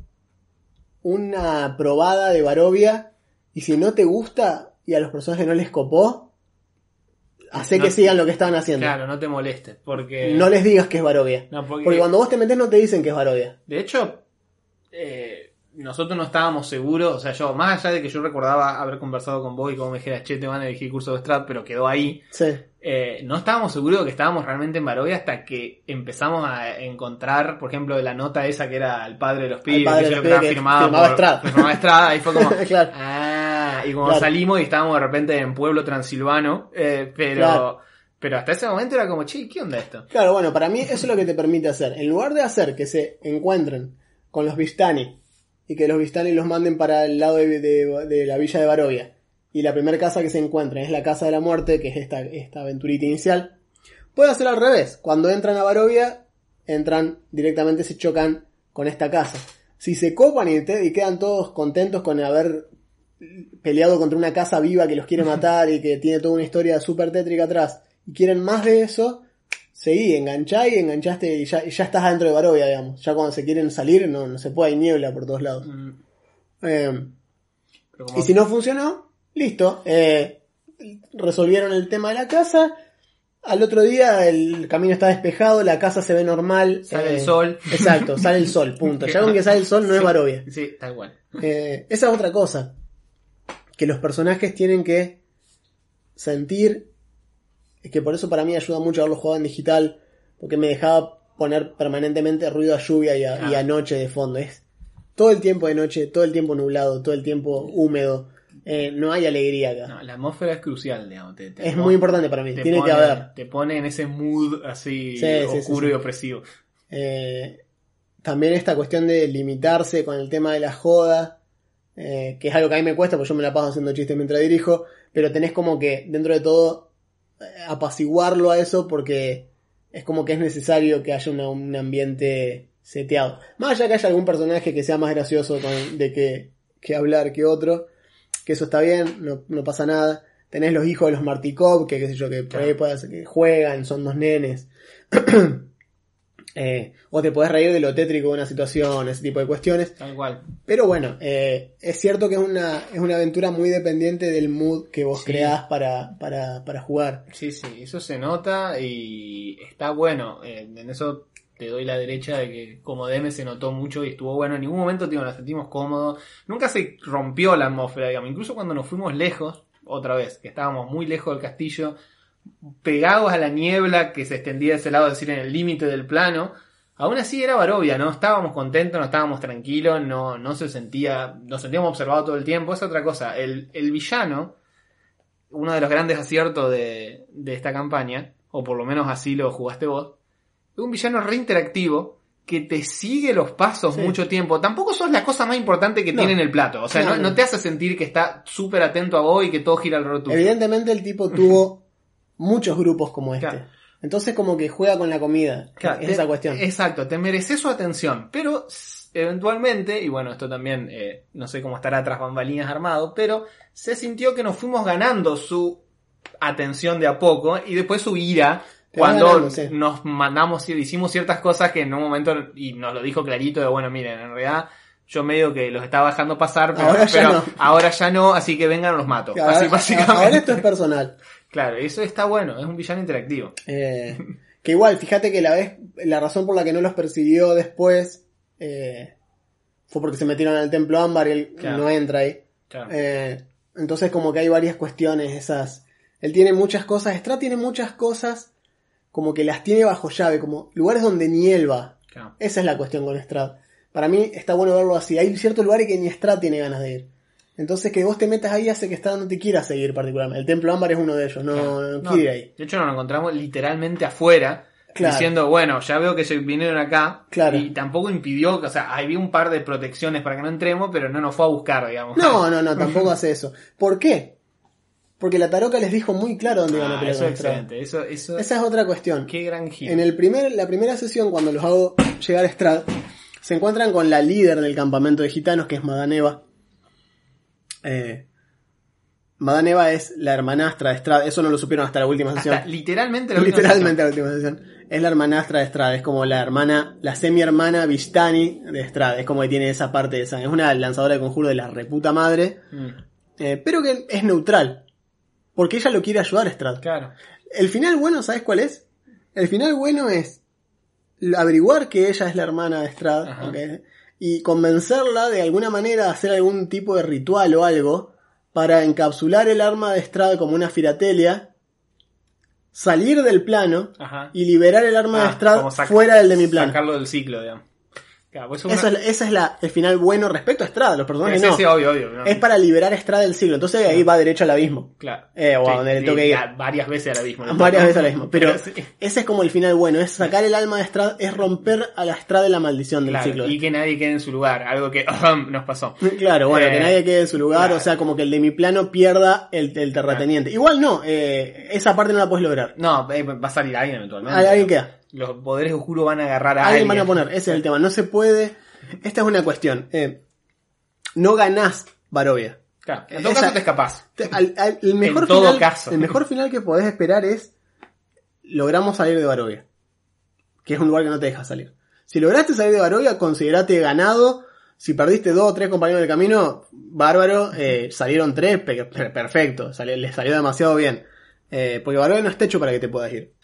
una probada de Barovia y si no te gusta y a los personajes no les copó, hace No- que sigan lo que estaban haciendo. Claro, no te molestes, porque... No les digas que es Barovia. No, porque- Porque cuando vos te metés no te dicen que es Barovia. De hecho, eh, nosotros no estábamos seguros, o sea, yo, más allá de que yo recordaba haber conversado con vos y como me dijeras, che, te van a elegir curso de Strat, pero quedó ahí, Sí. eh, no estábamos seguros de que estábamos realmente en Barovia hasta que empezamos a encontrar, por ejemplo, la nota esa que era el padre de los pibes, padre que de yo los creo que pibes que firmada firmaba por- Estrada. firmaba Estrada, ahí fue como, Claro. ah, y como Claro. salimos y estábamos de repente en pueblo transilvano, eh, pero, Claro. pero hasta ese momento era como, che, ¿qué onda esto? Claro, bueno, para mí eso es lo que te permite hacer. En lugar de hacer que se encuentren con los Vistani y que los Vistani los manden para el lado de, de- de la villa de Barovia y la primera casa que se encuentren es la Casa de la Muerte, que es esta, esta aventurita inicial, puede hacer al revés. Cuando entran a Barovia, entran directamente, se chocan con esta casa. Si se copan y, te- y quedan todos contentos con haber peleado contra una casa viva que los quiere matar y que tiene toda una historia súper tétrica atrás y quieren más de eso, seguí, enganchá y enganchaste y ya, y ya estás adentro de Barovia, digamos. Ya cuando se quieren salir no, no se puede, hay niebla por todos lados. Mm, Eh, pero como- y si no funcionó, listo. Eh, resolvieron el tema de la casa. Al otro día el camino está despejado, la casa se ve normal. Sale eh, el sol. Exacto, sale el sol, punto. Ya con que sale el sol no es Barovia. Sí, tal cual. Eh, esa es otra cosa. Que los personajes tienen que sentir. Es que por eso para mí ayuda mucho haberlo jugado en digital. Porque me dejaba poner permanentemente ruido a lluvia y a, Ah. y a noche de fondo. Es todo el tiempo de noche, todo el tiempo nublado, todo el tiempo húmedo. Eh, no hay alegría acá. No, la atmósfera es crucial, digamos. Te- te es pone- muy importante para mí. te Tiene pone, que haber. Te pone en ese mood así Sí, sí, oscuro sí, sí. y opresivo. Eh, también esta cuestión de limitarse con el tema de la joda, eh, que es algo que a mí me cuesta porque yo me la paso haciendo chistes mientras dirijo, pero tenés como que dentro de todo eh, apaciguarlo a eso porque es como que es necesario que haya una- un ambiente seteado. Más allá que haya algún personaje que sea más gracioso con- de que, que hablar que otro, que eso está bien, no, no pasa nada. Tenés los hijos de los Martikov, que qué sé yo, que por ahí Claro. puede ser que juegan, son dos nenes. Eh, o te podés reír de lo tétrico de una situación, ese tipo de cuestiones. Tal cual. Pero bueno, eh, es cierto que es una, es una aventura muy dependiente del mood que vos Sí. creás para, para, para jugar. Sí, sí, eso se nota y está bueno. Eh, en eso te doy la derecha de que como D M se notó mucho y estuvo bueno. En ningún momento tío, nos sentimos cómodos. Nunca se rompió la atmósfera, digamos. Incluso cuando nos fuimos lejos, otra vez, que estábamos muy lejos del castillo, pegados a la niebla que se extendía de ese lado, es decir, en el límite del plano, aún así era Barovia, ¿no? Estábamos contentos, no estábamos tranquilos, no, no se sentía, nos sentíamos observados todo el tiempo. Es otra cosa. El, el villano, uno de los grandes aciertos de, de esta campaña, o por lo menos así lo jugaste vos, es un villano reinteractivo que te sigue los pasos Sí. mucho tiempo. Tampoco sos la cosa más importante que No. tiene en el plato. O sea, No, no, no. no te hace sentir que está súper atento a vos y que todo gira alrededor tuyo. Evidentemente el tipo tuvo muchos grupos como este. Claro. Entonces como que juega con la comida. Claro, es te, esa cuestión. Exacto, te mereces su atención, pero eventualmente, y bueno, esto también eh, no sé cómo estará tras bambalinas armado, pero se sintió que nos fuimos ganando su atención de a poco y después su ira Te va cuando ganando, sí. nos mandamos, hicimos ciertas cosas que en un momento, y nos lo dijo clarito, de bueno, miren, en realidad yo medio que los estaba dejando pasar, pero Ahora ya pero no. ahora ya no, así que vengan, los mato. Ahora, Así básicamente. ahora esto es personal. Claro, eso está bueno, es un villano interactivo. Eh, que igual, fíjate que la vez, la razón por la que no los persiguió después eh, fue porque se metieron al templo ámbar y él Claro. no entra ahí. Claro. Eh, entonces como que hay varias cuestiones esas. Él tiene muchas cosas, Strahd tiene muchas cosas como que las tiene bajo llave, como lugares donde ni él va. Claro. Esa es la cuestión con Strahd. Para mí está bueno verlo así. Hay ciertos lugares que ni Strahd tiene ganas de ir. Entonces que vos te metas ahí hace que Strahd no te quiera seguir particularmente. El templo ámbar es uno de ellos, no, Claro. no No, quiere ir ahí. De hecho nos lo encontramos literalmente afuera, Claro. diciendo, bueno, ya veo que se vinieron acá, Claro. y tampoco impidió, o sea, había un par de protecciones para que no entremos, pero no nos fue a buscar, digamos. No, no, no, tampoco hace eso. ¿Por qué? Porque la Taroca les dijo muy claro dónde iban a Ah, pelear eso con es Strahd. excelente, eso, eso, Esa es otra cuestión. qué gran giro. En el primer, la primera sesión, cuando los hago llegar a Strahd, se encuentran con la líder del campamento de gitanos, que es Madaneva. Eh, Madaneva es la hermanastra de Strahd. Eso no lo supieron hasta la última sesión. Hasta literalmente la última Literalmente la última sesión. Es la hermanastra de Strahd. Es como la hermana, la semi-hermana Vistani de Strahd. Es como que tiene esa parte de esa. Es una lanzadora de conjuro de la reputa madre. sesión. Mm, eh, pero que es neutral. Porque ella lo quiere ayudar a Strahd. claro. El final bueno, ¿sabes cuál es? El final bueno es averiguar que ella es la hermana de Strahd, Ajá. ¿ok? Y convencerla de alguna manera a hacer algún tipo de ritual o algo para encapsular el arma de Strahd como una filatelia, salir del plano Ajá. y liberar el arma de Ah, Strahd como sac- fuera del demiplano. Sacarlo del ciclo, digamos. Claro, pues eso Eso una- es, ese es la, el final bueno respecto a Strahd. Los personajes sí, no. sí, obvio, obvio. no. Es para liberar a Strahd del siglo. Entonces ahí va derecho al abismo. Claro. Eh, o a Sí, donde le sí, toque ir. ya varias veces al abismo. ¿no? Varias veces al mismo. Pero sí. ese es como el final bueno. Es sacar el alma de Strahd. Es romper a la Strahd de la maldición del Claro, ciclo. y que nadie quede en su lugar, algo que nos pasó. Claro, bueno, Eh, que nadie quede en su lugar. claro. O sea, como que el demiplano pierda el, el terrateniente. Igual no. Eh, esa parte no la puedes lograr. No, eh, va a salir alguien eventualmente. Hay- alguien queda. Los poderes oscuros van a agarrar a Alguien alguien. van a poner. Ese es el tema. No se puede. Esta es una cuestión. Eh, no ganás Barovia. Claro, en todo Esa- caso te escapás. Te- al- al- el mejor En todo final, caso. el mejor final que podés esperar es logramos salir de Barovia, que es un lugar que no te deja salir. Si lograste salir de Barovia, considerate ganado. Si perdiste dos o tres compañeros del camino, bárbaro. Eh, salieron tres, pe- per- perfecto. Salió- les salió demasiado bien. Eh, porque Barovia no está hecho para que te puedas ir.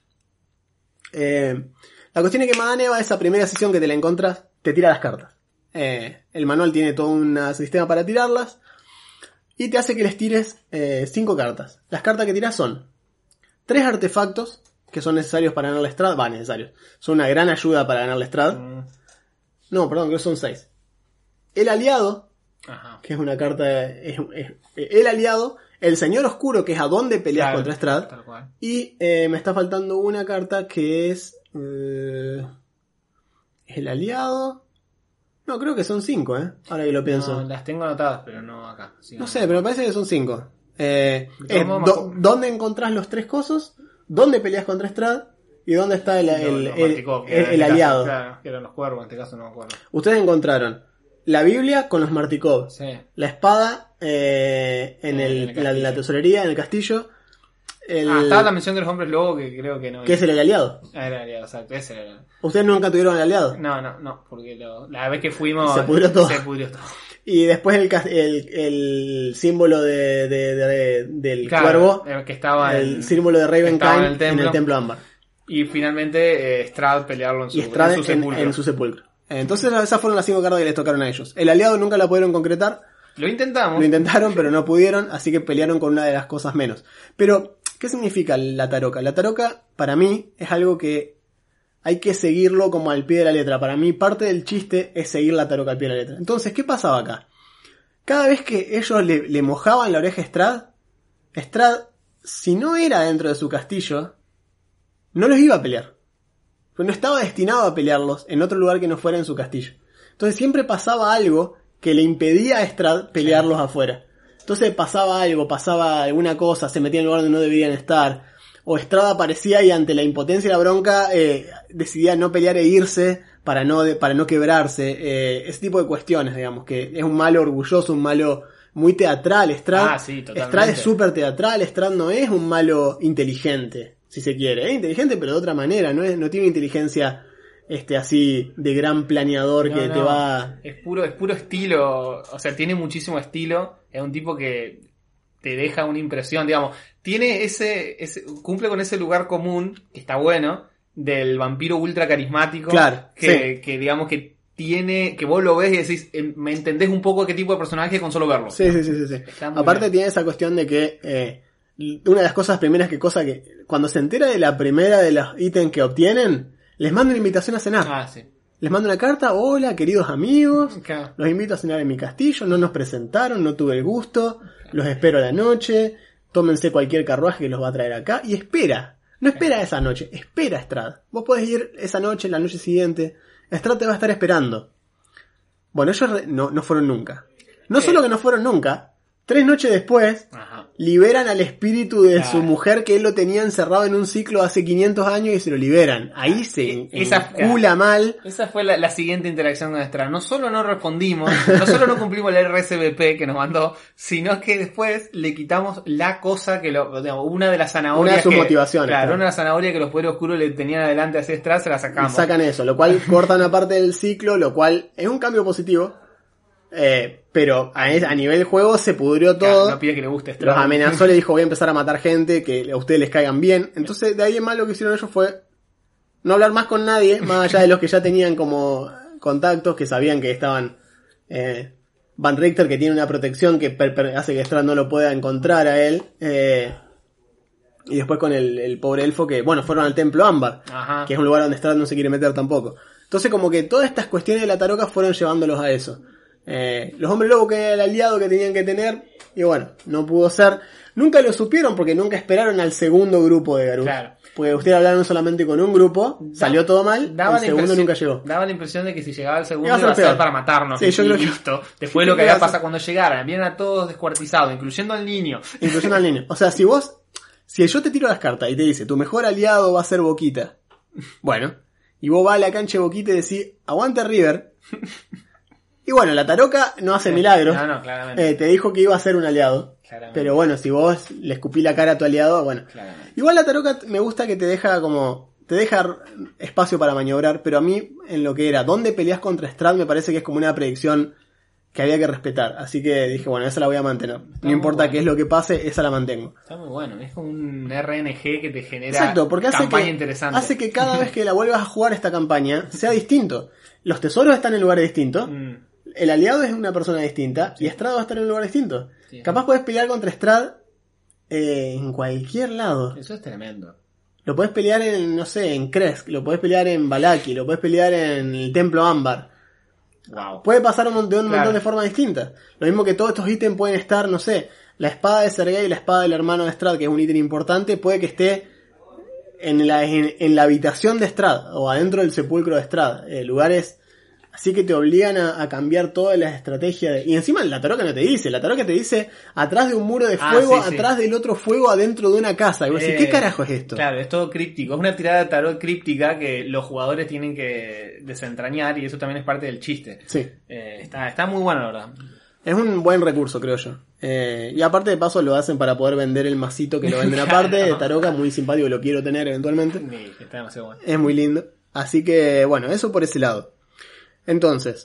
Eh, la cuestión es que Madaneva, esa primera sesión que te la encontras, te tira las cartas. Eh, el manual tiene todo un sistema para tirarlas. Y te hace que les tires eh, cinco cartas. Las cartas que tiras son tres artefactos que son necesarios para ganar la Strahd. Va, necesarios. Son una gran ayuda para ganar la Strahd. Mm, No, perdón, creo que son seis. El aliado, Ajá. que es una carta... Es, es- el aliado. El señor oscuro, que es a dónde peleas Claro, contra Strahd. tal cual. Y eh, me está faltando una carta que es... eh, el aliado... No, creo que son cinco, ¿eh? Ahora que lo pienso. No, las tengo anotadas, pero no acá. Sí, No sé, pero me parece que son cinco. Eh, De es todos modos, do- me acuerdo. ¿Dónde encontrás los tres cosos? ¿Dónde peleas contra Strahd? ¿Y dónde está el, el, Los el- Martikov, que el- era en el este aliado? caso, claro, que eran los cuervos, en este caso no me acuerdo. Ustedes encontraron la Biblia con los Martikov. Sí. La espada eh, en, En el, el la, la castillo. tesorería, en el castillo. El, Ah, estaba la mención de los hombres lobo que creo que no. que es el, el aliado. Ah, era aliado, exacto, ese era. Ustedes nunca tuvieron el aliado. No, no, no, porque lo- la vez que fuimos. Se pudrió todo. Se pudrió todo. Y después el, cas- el, el símbolo de, de- de- del Claro, cuervo. el que estaba El en- símbolo de estaba Ravenkind en el en templo. el templo ámbar. Y finalmente eh, Strahd pelearlo en su, Y Strahd en su en, sepulcro. en su sepulcro. Entonces esas fueron las cinco cartas que les tocaron a ellos. El aliado nunca la pudieron concretar. Lo intentamos. Lo intentaron, pero no pudieron, así que pelearon con una de las cosas menos. Pero, ¿qué significa la taroca? La taroca, para mí, es algo que hay que seguirlo como al pie de la letra. Para mí, parte del chiste es seguir la taroca al pie de la letra. Entonces, ¿qué pasaba acá? Cada vez que ellos le, le mojaban la oreja a Strahd, Strahd, si no era dentro de su castillo, no los iba a pelear. Pero no estaba destinado a pelearlos en otro lugar que no fuera en su castillo. Entonces siempre pasaba algo que le impedía a Strahd pelearlos afuera. Entonces pasaba algo, pasaba alguna cosa, se metían en el lugar donde no debían estar, o Strahd aparecía y ante la impotencia y la bronca eh, decidía no pelear e irse para no, de, para no quebrarse. Eh, ese tipo de cuestiones, digamos, que es un malo orgulloso, un malo muy teatral. Strahd, ah, sí, Strahd es súper teatral, Strahd no es un malo inteligente, si se quiere. Es inteligente pero de otra manera, no, es, no tiene inteligencia este así de gran planeador no, que no, te va... Es puro, es puro estilo, o sea, tiene muchísimo estilo, es un tipo que te deja una impresión, digamos, tiene ese, ese cumple con ese lugar común, que está bueno, del vampiro ultra carismático, claro, que, sí. que digamos que tiene, que vos lo ves y decís, eh, me entendés un poco qué tipo de personaje con solo verlo. Sí, sí, sí, sí, sí. Aparte bien. Tiene esa cuestión de que eh, una de las cosas primeras que cosa que cuando se entera de la primera de los ítems que obtienen, les manda una invitación a cenar. Ah, sí. Les mando una carta, hola queridos amigos, Claro. Los invito a cenar en mi castillo, no nos presentaron, no tuve el gusto, los espero a la noche, tómense cualquier carruaje que los va a traer acá, y espera, no espera esa noche, espera a Strahd. Vos podés ir esa noche, la noche siguiente, Strahd te va a estar esperando. Bueno, ellos re- no, no fueron nunca. No Eh. solo que no fueron nunca, tres noches después, Ajá. liberan al espíritu de Claro. su mujer que él lo tenía encerrado en un ciclo hace quinientos años y se lo liberan. Ahí se Esa- encula mal. Esa fue la, la siguiente interacción con Strahd. No solo no respondimos, no solo no cumplimos el R S V P que nos mandó, sino que después le quitamos la cosa que lo, digamos, una de las zanahorias. Una de sus que, motivaciones, Claro, claro. una de las zanahorias que los poderes oscuros le tenían adelante hacia Strahd, se la sacamos. Sacan eso, lo cual corta una parte del ciclo, lo cual es un cambio positivo. Eh, pero a, a nivel juego se pudrió todo. Claro, no pide que le guste Strahd. Los amenazó, le dijo voy a empezar a matar gente, que a ustedes les caigan bien. Entonces de ahí en más lo que hicieron ellos fue no hablar más con nadie, más allá de los que ya tenían como contactos, que sabían que estaban... Eh, Van Richter, que tiene una protección que per, per, hace que Strahd no lo pueda encontrar a él. Eh, y después con el, el pobre elfo que, bueno, fueron al Templo Ámbar, Ajá. que es un lugar donde Strahd no se quiere meter tampoco. Entonces como que todas estas cuestiones de la Taroca fueron llevándolos a eso. Eh, los hombres lobos que era el aliado que tenían que tener, y bueno, no pudo ser. Nunca lo supieron porque nunca esperaron al segundo grupo de Garou. Claro. Porque ustedes hablaron solamente con un grupo, salió todo mal, Daba el la segundo impresión- nunca llegó. Daba la impresión de que si llegaba el segundo Iba a ser iba a ser peor. para matarnos. Sí, y, yo y creo que- listo. Después lo que Iba a había ser- pasa cuando llegaran. Vienen a todos descuartizados, incluyendo al niño. Incluyendo al niño. O sea, si vos, si yo te tiro las cartas y te dice, tu mejor aliado va a ser Boquita. Bueno, y vos vas a la cancha de Boquita y decís, aguanta River. Y bueno, la Taroca no hace milagros. No, no, claramente. Eh, te dijo que iba a ser un aliado. Claramente. Pero bueno, si vos le escupí la cara a tu aliado, bueno. Claramente. Igual la Taroca me gusta que te deja como... Te deja espacio para maniobrar, pero a mí, en lo que era, ¿dónde peleas contra Strahd? Me parece que es como una predicción que había que respetar. Así que dije, bueno, esa la voy a mantener. Está No muy importa bueno. qué es lo que pase, esa la mantengo. Está muy bueno. Es como un R N G que te genera Exacto, porque hace campaña que, interesante. hace que cada vez que la vuelvas a jugar esta campaña sea distinto. Los tesoros están en lugares distintos. Mm. El aliado es una persona distinta y Strahd va a estar en un lugar distinto. Sí. Capaz puedes pelear contra Strahd eh, en cualquier lado. Eso es tremendo. Lo podés pelear en, no sé, en Kresk, lo podés pelear en Valaki, lo podés pelear en el Templo Ámbar. Wow. Puede pasar un, mon- de un Claro. montón de formas distintas. Lo mismo que todos estos ítems pueden estar, no sé, la espada de Sergei y la espada del hermano de Strahd, que es un ítem importante, puede que esté en la, en, en la habitación de Strahd o adentro del sepulcro de Strahd. Eh, lugares así que te obligan a, a cambiar todas las estrategias. De... Y encima la Taroca no te dice, la Taroca te dice atrás de un muro de Ah, fuego, sí, sí. atrás del otro fuego, adentro de una casa. Y vos decís, Eh, ¿qué carajo es esto? Claro, es todo críptico. Es una tirada de tarot críptica que los jugadores tienen que desentrañar y eso también es parte del chiste. Sí. Eh, está, está muy bueno, la verdad. Es un buen recurso, creo yo. Eh, y aparte de paso lo hacen para poder vender el masito que lo venden aparte de Taroca, muy simpático, lo quiero tener eventualmente. Sí, está demasiado bueno. Es muy lindo. Así que, bueno, eso por ese lado. Entonces,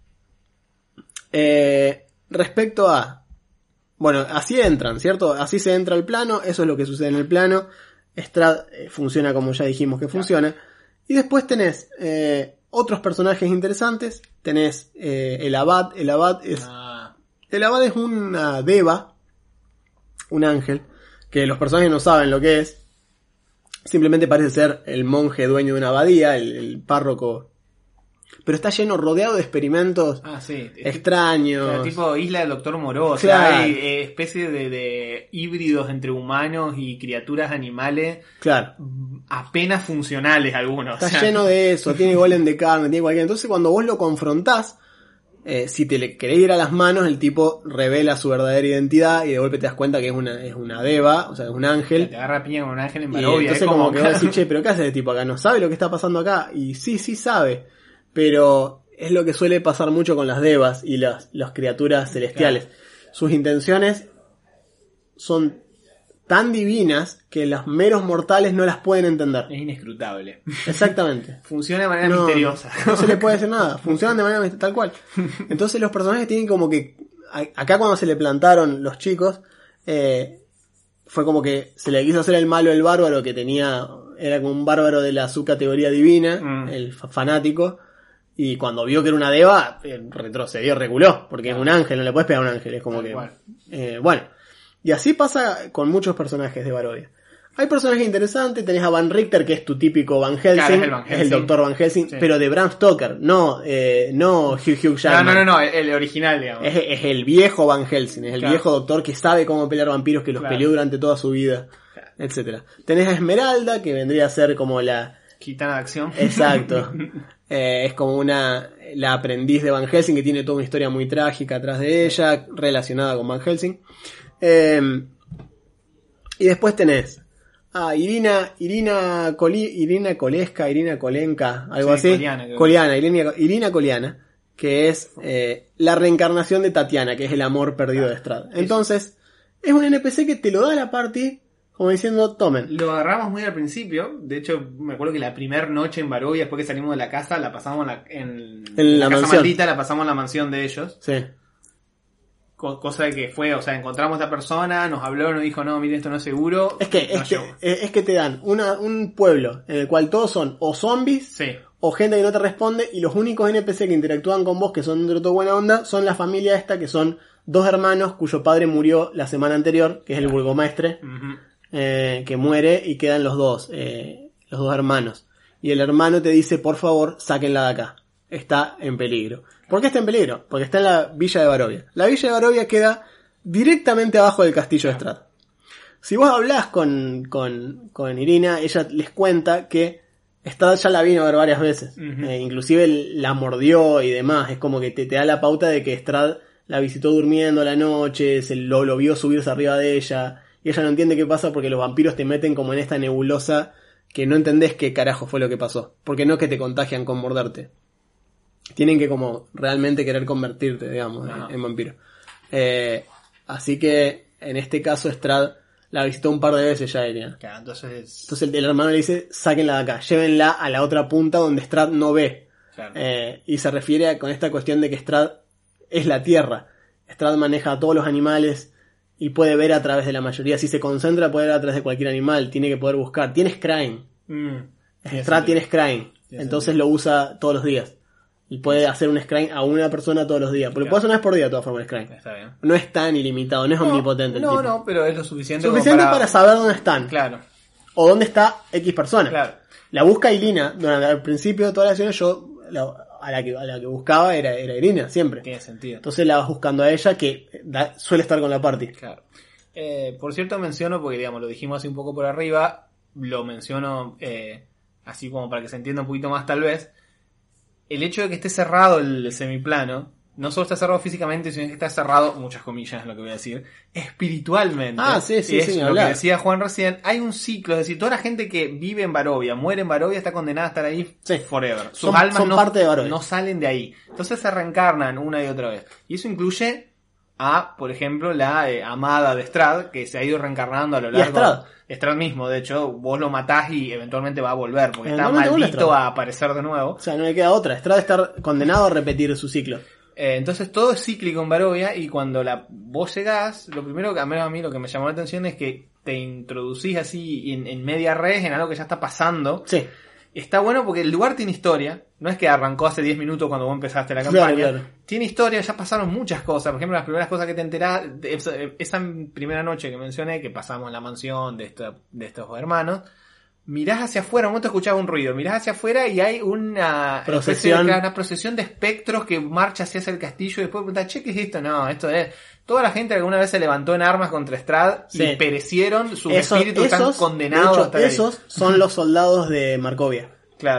eh, respecto a... Bueno, así entran, ¿cierto? Así se entra al plano, eso es lo que sucede en el plano. Strahd eh, funciona como ya dijimos que funciona. Y después tenés eh, otros personajes interesantes. Tenés eh, el Abad. El Abad es... Ah, El Abad es una deva, un ángel, que los personajes no saben lo que es. Simplemente parece ser el monje dueño de una abadía, el, el párroco. Pero está lleno, rodeado de experimentos ah, sí. extraños. O sea, tipo Isla del Doctor Moreau. O Claro. sea, hay eh, especie de, de híbridos entre humanos y criaturas animales Claro, apenas funcionales algunos. está o sea, lleno de eso, tiene golem de carne, tiene cualquier... Entonces cuando vos lo confrontás, Eh, si te le querés ir a las manos, el tipo revela su verdadera identidad y de golpe te das cuenta que es una, es una deva, o sea, es un ángel. Te agarra piña con un ángel en Y Barovia. entonces es como, como que vos decís, che, pero ¿qué hace este tipo acá? ¿No sabe lo que está pasando acá? Y sí, sí sabe, pero es lo que suele pasar mucho con las devas y las, las criaturas celestiales. Claro. Sus intenciones son tan divinas que los meros mortales no las pueden entender. Es inescrutable. Exactamente. Funciona de manera no, misteriosa. No se le puede decir nada. Funcionan de manera tal cual. Entonces los personajes tienen como que... Acá cuando se le plantaron los chicos, eh, fue como que se le quiso hacer el malo el bárbaro que tenía... Era como un bárbaro de la subcategoría divina, mm. el fanático. Y cuando vio que era una deva, retrocedió, reculó. Porque es un ángel, no le puedes pegar a un ángel. Es como tal que... Eh, bueno... Y así pasa con muchos personajes de Barovia. Hay personajes interesantes, tenés a Van Richter, que es tu típico Van Helsing, claro, es, el Van Helsing. Es el doctor Van Helsing, sí. Pero de Bram Stoker, no, eh, no Hugh, Hugh Jackman. No, no, no, no, el original, digamos. Es, es el viejo Van Helsing, es el claro. viejo doctor que sabe cómo pelear vampiros, que los claro. peleó durante toda su vida, claro. etcétera. Tenés a Esmeralda, que vendría a ser como la... Gitana de acción. Exacto. eh, es como una... la aprendiz de Van Helsing, que tiene toda una historia muy trágica atrás de ella, relacionada con Van Helsing. Eh, y después tenés a Irina Irina Coli, Irina Koleska, Irina Kolenka, algo sí, así, Coliana, Coliana, Irina, Irina Coliana, que es eh, la reencarnación de Tatiana, que es el amor perdido ah, de Strahd. Entonces, es un N P C que te lo da la party como diciendo, tomen. Lo agarramos muy al principio. De hecho, me acuerdo que la primera noche en Barovia, después que salimos de la casa, la pasamos en la, en, en la, la casa mansión. maldita, la pasamos en la mansión de ellos. Sí. Cosa de que fue, o sea, encontramos a esta persona, nos habló, nos dijo, no, mire, esto no es seguro. Es que, es que, es que te dan una, un pueblo en el cual todos son o zombies, sí. o gente que no te responde, y los únicos N P C que interactúan con vos, que son de toda buena onda, son la familia esta, que son dos hermanos cuyo padre murió la semana anterior, que es el burgomaestre, uh-huh. eh, que muere, y quedan los dos, eh, los dos hermanos. Y el hermano te dice, por favor, sáquenla de acá. Está en peligro. ¿Por qué está en peligro? Porque está en la villa de Barovia. La villa de Barovia queda directamente abajo del castillo de Strahd. Si vos hablás con, con, con Irina, ella les cuenta que Strahd ya la vino a ver varias veces. Uh-huh. Eh, inclusive la mordió y demás. Es como que te, te da la pauta de que Strahd la visitó durmiendo a la noche, se lo, lo vio subirse arriba de ella. Y ella no entiende qué pasa porque los vampiros te meten como en esta nebulosa que no entendés qué carajo fue lo que pasó. Porque no es que te contagian con morderte. Tienen que como realmente querer convertirte, digamos, no. en, en vampiro. Eh, así que en este caso Strahd la visitó un par de veces ya, Irina. Claro, entonces... entonces el, el hermano le dice, sáquenla de acá, llévenla a la otra punta donde Strahd no ve. Claro. Eh, y se refiere a, con esta cuestión de que Strahd es la tierra. Strahd maneja a todos los animales y puede ver a través de la mayoría. Si se concentra puede ver a través de cualquier animal, tiene que poder buscar. Tiene scrying. Mm, Strahd tiene scrying. Entonces sentido. Lo usa todos los días. Y puede hacer un scrying a una persona todos los días. Porque claro. Lo puede hacer una vez por día de todas formas el scrying. Está bien. No es tan ilimitado, no es no, omnipotente. No, el tipo. no, pero es lo suficiente, suficiente como para... para saber dónde están. Claro. O dónde está X persona. Claro. La busca Irina. Durante el principio de todas las acciones yo la, a, la que, a la que buscaba era, era Irina, siempre. Tiene sentido. Entonces la vas buscando a ella, que da, suele estar con la party. Claro. Eh, por cierto menciono, porque digamos lo dijimos así un poco por arriba, lo menciono eh, así como para que se entienda un poquito más tal vez. El hecho de que esté cerrado el semiplano, no solo está cerrado físicamente, sino que está cerrado, muchas comillas es lo que voy a decir, espiritualmente. Ah, sí, sí, y es sí, lo hablar. que decía Juan recién, hay un ciclo, es decir, toda la gente que vive en Barovia, muere en Barovia, está condenada a estar ahí sí. forever. Sus son, almas son no, parte de Barovia. no salen de ahí. Entonces se reencarnan una y otra vez. Y eso incluye a, por ejemplo, la eh, amada de Strahd, que se ha ido reencarnando a lo largo... ¿Y Strahd? Strahd mismo, de hecho, vos lo matás y eventualmente va a volver, porque está maldito a aparecer de nuevo. O sea, no le queda otra. Strahd está condenado a repetir su ciclo. Eh, entonces todo es cíclico en Barovia, y cuando la vos llegás, lo primero que a menos a mí lo que me llamó la atención es que te introducís así en, en media res en algo que ya está pasando. Sí. Está bueno porque el lugar tiene historia. No es que arrancó hace diez minutos cuando vos empezaste la campaña. Claro, claro. Tiene historia, ya pasaron muchas cosas. Por ejemplo, las primeras cosas que te enterás, esa, esa primera noche que mencioné, que pasamos en la mansión de, esto, de estos hermanos, mirás hacia afuera, un momento escuchás un ruido, mirás hacia afuera y hay una procesión, de, una procesión de espectros que marcha hacia el castillo, y después preguntás, che, ¿qué es esto? No, esto es... Toda la gente que alguna vez se levantó en armas contra Strahd sí. y perecieron, sus esos, espíritus esos, están condenados de hecho, hasta esos ahí. Son los soldados de Markovia. Claro.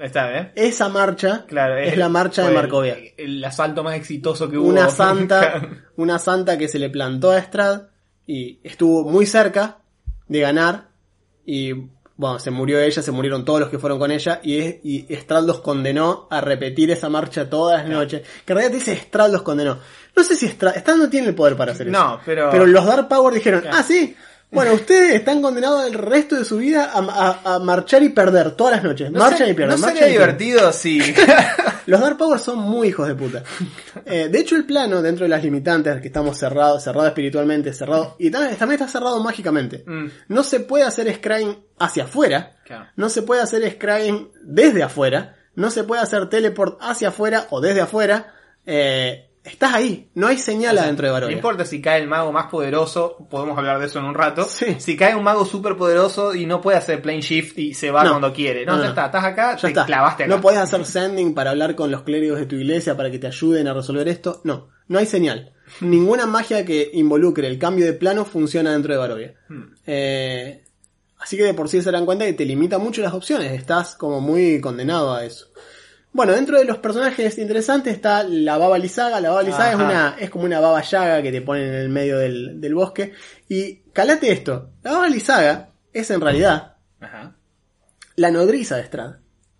Está, ¿eh? Esa marcha Claro, es la marcha de Markovia. El, el asalto más exitoso que hubo. Una santa, una santa que se le plantó a Strahd y estuvo muy cerca de ganar y bueno, se murió ella, se murieron todos los que fueron con ella y, y Strahd los condenó a repetir esa marcha todas las noches. Que en realidad dice Strahd los condenó. No sé si Strahd, Strahd no tiene el poder para hacer eso. No, pero... Pero los Dark Power dijeron, Claro. ah, sí, bueno, ustedes están condenados el resto de su vida a, a, a marchar y perder todas las noches. No Marchan sé- y pierden. No marchan sería y pierden. divertido si... Los Dark Power son muy hijos de puta. Eh, de hecho, el plano, dentro de las limitantes, que estamos cerrados, cerrado espiritualmente, cerrado, y también, también está cerrado mágicamente. Mm. No se puede hacer scrying hacia afuera, Claro. no se puede hacer scrying desde afuera, no se puede hacer teleport hacia afuera o desde afuera. Eh, estás ahí, no hay señal O sea, adentro de no Barovia. importa si cae el mago más poderoso, podemos hablar de eso en un rato. Sí. Si cae un mago súper poderoso y no puede hacer plane shift y se va No. cuando quiere. No, No, ya no. está, estás acá, Ya te está. clavaste acá. No podés hacer sending para hablar con los clérigos de tu iglesia para que te ayuden a resolver esto. No, no hay señal. Ninguna magia que involucre el cambio de plano funciona dentro de Barovia. Hmm. Eh, así que de por sí se dan cuenta que te limita mucho las opciones. Estás como muy condenado a eso. Bueno, dentro de los personajes interesantes está la Baba Lysaga. La Baba Lysaga es, Ajá. una, es como una baba yaga que te ponen en el medio del, del bosque. Y calate esto. La Baba Lysaga es en realidad Ajá. la nodriza de Strahd.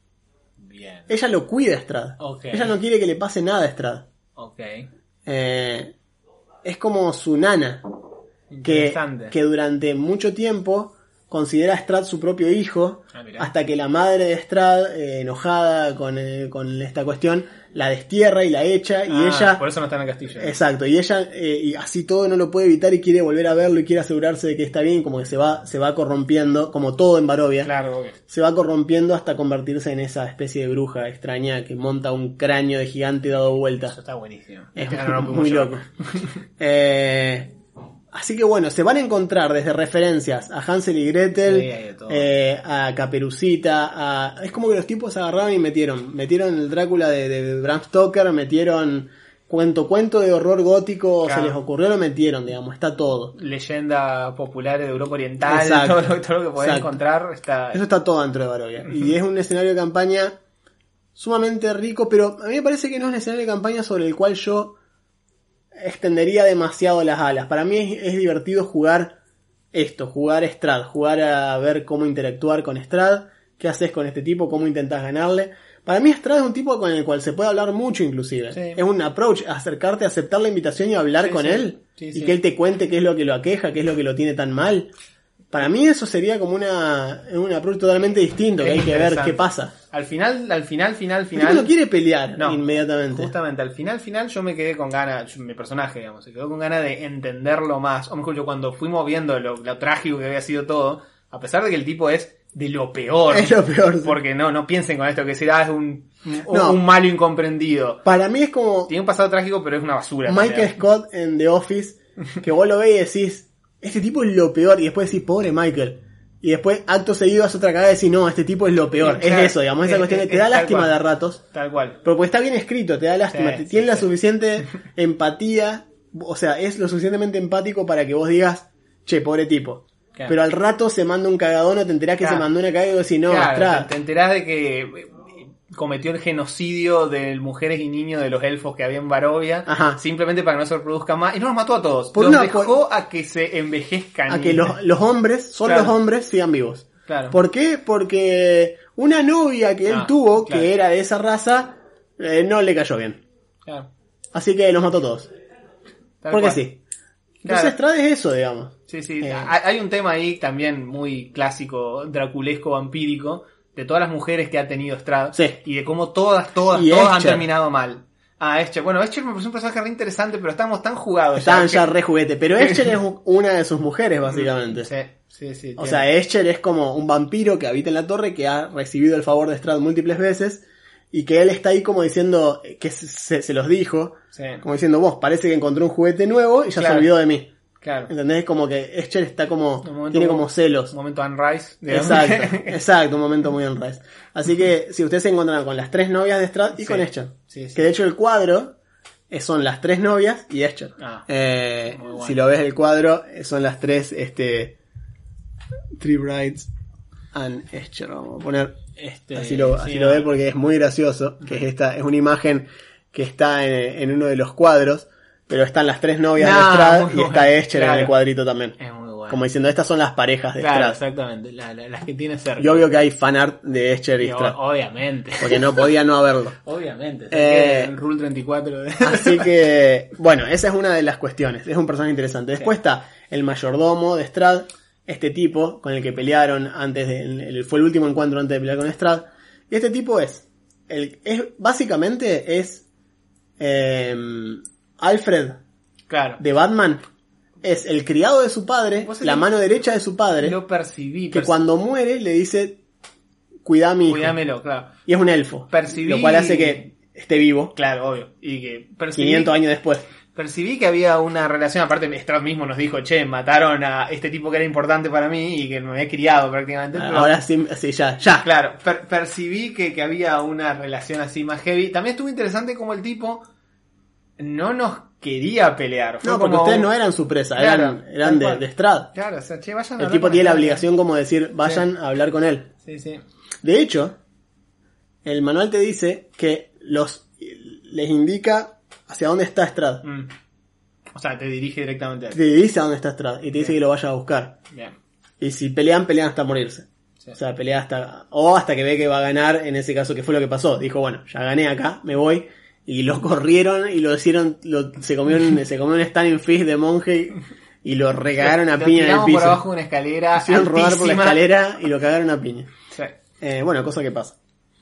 Bien. Ella lo cuida a Strahd. Ok. Ella no quiere que le pase nada a Strahd. Ok. Eh, es como su nana. Que, Interesante. que durante mucho tiempo considera a Strahd su propio hijo. Ah, mirá. Hasta que la madre de Strahd, eh, enojada con, eh, con esta cuestión, la destierra y la echa. Y Ah, ella... por eso no está en el castillo. Exacto, y ella eh, y así todo no lo puede evitar y quiere volver a verlo y quiere asegurarse de que está bien, como que se va, se va corrompiendo, como todo en Barovia. Claro, obvio. Se va corrompiendo hasta convertirse en esa especie de bruja extraña que monta un cráneo de gigante dado vuelta. Eso está buenísimo. Es Este no lo pudimos muy llevar. loco. Eh, así que bueno, se van a encontrar desde referencias a Hansel y Gretel, Sí, hay de todo. eh, a Caperucita, a... es como que los tipos agarraron y metieron, metieron el Drácula de, de Bram Stoker, metieron cuento cuento de horror gótico, Claro. se les ocurrió, lo metieron, digamos, está todo. Leyenda popular de Europa Oriental, Exacto. todo lo, todo lo que podés Exacto. encontrar está... Eso está todo dentro de Barovia. Y es un escenario de campaña sumamente rico, pero a mí me parece que no es un escenario de campaña sobre el cual yo extendería demasiado las alas. Para mí es, es divertido jugar esto, jugar Strahd, jugar a ver cómo interactuar con Strahd, qué haces con este tipo, cómo intentás ganarle. Para mí Strahd es un tipo con el cual se puede hablar mucho inclusive. Sí. Es un approach, acercarte, aceptar la invitación y hablar Sí, con sí. él. Sí, y sí. que él te cuente qué es lo que lo aqueja, qué es lo que lo tiene tan mal. Para mí eso sería como una un approach totalmente distinto, que Es hay que ver interesante. qué pasa. Al final, al final, final, El tipo final... no quiere pelear No, inmediatamente. Justamente, al final, final yo me quedé con ganas, yo- mi personaje, digamos, se quedó con ganas de entenderlo más. O mejor, yo cuando fuimos viendo lo, lo trágico que había sido todo, a pesar de que el tipo es de lo peor. Es lo peor, sí. Porque no, no piensen con esto, que será es un, un, No. un malo incomprendido. Para mí es como Tiene un pasado trágico, pero es una basura. Michael también. Scott en The Office, que vos lo ves y decís, este tipo es lo peor, y después decís, pobre Michael. Y después, acto seguido, hace otra cagada y decís, no, este tipo es lo peor. Sí, claro. Es eso, digamos, esa Es- cuestión que es- te da es tal lástima cual. de a ratos. Tal cual. Pero pues está bien escrito, te da lástima, Sí, te- sí, tiene la sí. suficiente empatía, o sea, es lo suficientemente empático para que vos digas, che, pobre tipo. Claro. Pero al rato se manda un cagadón o te enterás que Claro. se mandó una cagada y vos decís, no, Claro, atrás. te, te enterás de que eh, cometió el genocidio de mujeres y niños de los elfos que había en Barovia, Ajá. simplemente para que no se reproduzcan más, y no los mató a todos, Por los una- dejó a que se envejezcan. A que los, los hombres, solo Claro. los hombres, sigan vivos. Claro. ¿Por qué? Porque una novia que él Ah, tuvo, claro. que era de esa raza, eh, no le cayó bien. Claro, Así que los mató todos. tal Porque cual. sí. Entonces Claro. Strahd es eso, digamos. Sí, sí. Eh. Hay hay un tema ahí también muy clásico, draculesco, vampírico, de todas las mujeres que ha tenido Strahd. Sí. Y de cómo todas, todas, Y todas han Escher. terminado mal. Ah, Escher. Bueno, Escher me pareció un personaje re interesante, pero estamos tan jugados. Estaban que- ya re juguete. Pero Escher es u- una de sus mujeres, básicamente. Sí, sí, sí. O tiene- sea, Escher es como un vampiro que habita en la torre, que ha recibido el favor de Strahd múltiples veces, y que él está ahí como diciendo, que se, se- se los dijo, sí, como diciendo, vos, parece que encontró un juguete nuevo y ya Claro. se olvidó de mí. claro. ¿Entendés? Como que Escher está como, Un momento tiene muy- como celos. Un momento Unrise. digamos. Exacto, exacto, un momento muy Unrise. Así que si ustedes se encuentran con las tres novias de Strahd y Sí, con Escher. sí, sí. Que de hecho el cuadro eh, son las tres novias y Escher. Ah, Eh, muy bueno. Si lo ves el cuadro, eh, son las tres, este... Three Brides. and Escher. Vamos a poner Este, así lo, sí, así no. lo ve porque es muy gracioso. Que es esta, es una imagen que está en, en uno de los cuadros, pero están las tres novias No, de Strahd muy y bueno, está Escher claro. en el cuadrito también. Es muy bueno. Como diciendo, estas son las parejas de Claro, Strahd. exactamente. La- la- las que tiene cerca. Y obvio que hay fanart de Escher y Y o- Strahd. obviamente. Porque no podía no haberlo. Obviamente. Eh, el Rule treinta y cuatro. De... Así que, bueno, esa es una de las cuestiones. Es un personaje interesante. Después está el mayordomo de Strahd, este tipo con el que pelearon antes de, el- fue el último encuentro antes de pelear con Strahd. Y este tipo es, el, es básicamente es eh, Alfred Claro. de Batman. Es el criado de su padre, Vos la sabés- mano derecha de su padre, Lo percibí. que perci- cuando muere le dice, cuida a mi hijo. Cuídamelo, claro. Y es un elfo. Percibí- Lo cual hace que esté vivo Claro, obvio. Y que percibí, quinientos años después. percibí que había una relación, aparte Strahd mismo nos dijo, che, mataron a este tipo que era importante para mí y que me había criado prácticamente. pero- Ahora sí, sí, ya, ya. Claro, per- percibí que, que había una relación así más heavy. También estuvo interesante como el tipo no nos quería pelear. Fue No, porque como ustedes un- no eran su presa, Claro, eran, eran tal de, cual. de Strahd. Claro, o sea, che, vayan a El hablar tipo con tiene la Strahd. obligación como de decir, vayan a hablar con él. Sí, sí. De hecho, el manual te dice que los les indica hacia dónde está Strahd. Mm. O sea, te dirige directamente a él. Te dice a dónde está Strahd y te dice que lo vaya a buscar. Bien. Y si pelean, pelean hasta morirse. Sí. O sea, pelea hasta... O hasta que ve que va a ganar, en ese caso, que fue lo que pasó. Dijo, bueno, ya gané acá, me voy. Y lo corrieron y lo hicieron... Lo, se comió un, se comió un standing fish de monje y lo recagaron a Lo piña en el tiramos piso. por abajo de una escalera. Hicieron rodar por la altísima. escalera y lo cagaron a piña. Sí. Eh, bueno, cosa que pasa.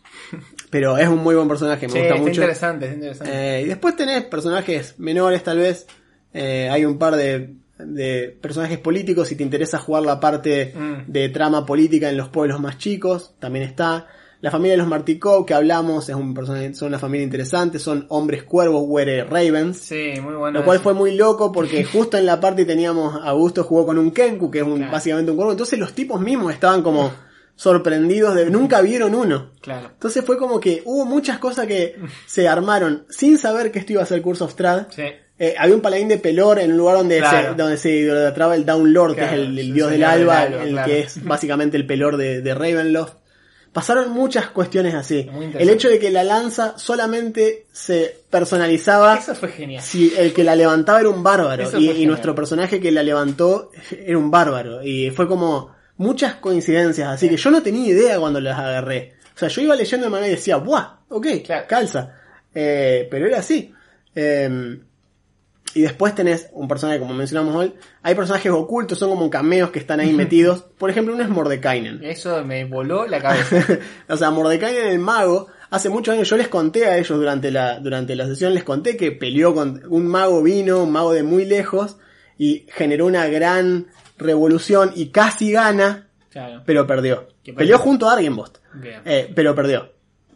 Pero es un muy buen personaje, me Sí, gusta está mucho. interesante, está interesante. Eh, y después tenés personajes menores tal vez. Eh, hay un par de, de personajes políticos. Si te interesa jugar la parte Mm. de trama política en los pueblos más chicos, también está. La familia de los Martikov que hablamos es un personaje, son una familia interesante, son hombres cuervos, were ravens. Sí, muy bueno. Lo cual eso. fue muy loco porque justo en la parte teníamos a Augusto jugó con un Kenku, que es un, Claro. básicamente un cuervo. Entonces los tipos mismos estaban como sorprendidos de nunca vieron uno. Claro. Entonces fue como que hubo muchas cosas que se armaron sin saber que esto iba a ser Curse of Strahd. Sí. Eh, había un paladín de Pelor en un lugar donde Claro. se, donde se idolatraba el Downlord, Claro, que es el, el sí, dios del señor del alba, alba, el claro. que es básicamente el Pelor de, de Ravenloft. Pasaron muchas cuestiones así. Muy interesante. El hecho de que la lanza solamente se personalizaba Eso fue genial. si el que la levantaba era un bárbaro. Eso Y, fue y genial. nuestro personaje que la levantó era un bárbaro. Y fue como muchas coincidencias. Así que yo no tenía idea cuando las agarré. O sea, yo iba leyendo de manera y decía, ¡buah! Ok, Claro. calza. Eh, pero era así. Eh, y después tenés un personaje, como mencionamos hoy. Hay personajes ocultos, son como cameos que están ahí metidos. Por ejemplo, uno es Mordekainen. Eso me voló la cabeza. O sea, Mordekainen el mago, hace muchos años yo les conté a ellos durante la, durante la sesión, les conté que peleó con un mago vino, un mago de muy lejos, y generó una gran revolución y casi gana, Claro. pero perdió. ¿Qué Peleó perdió? junto a Argenbost, Bien. eh, pero perdió.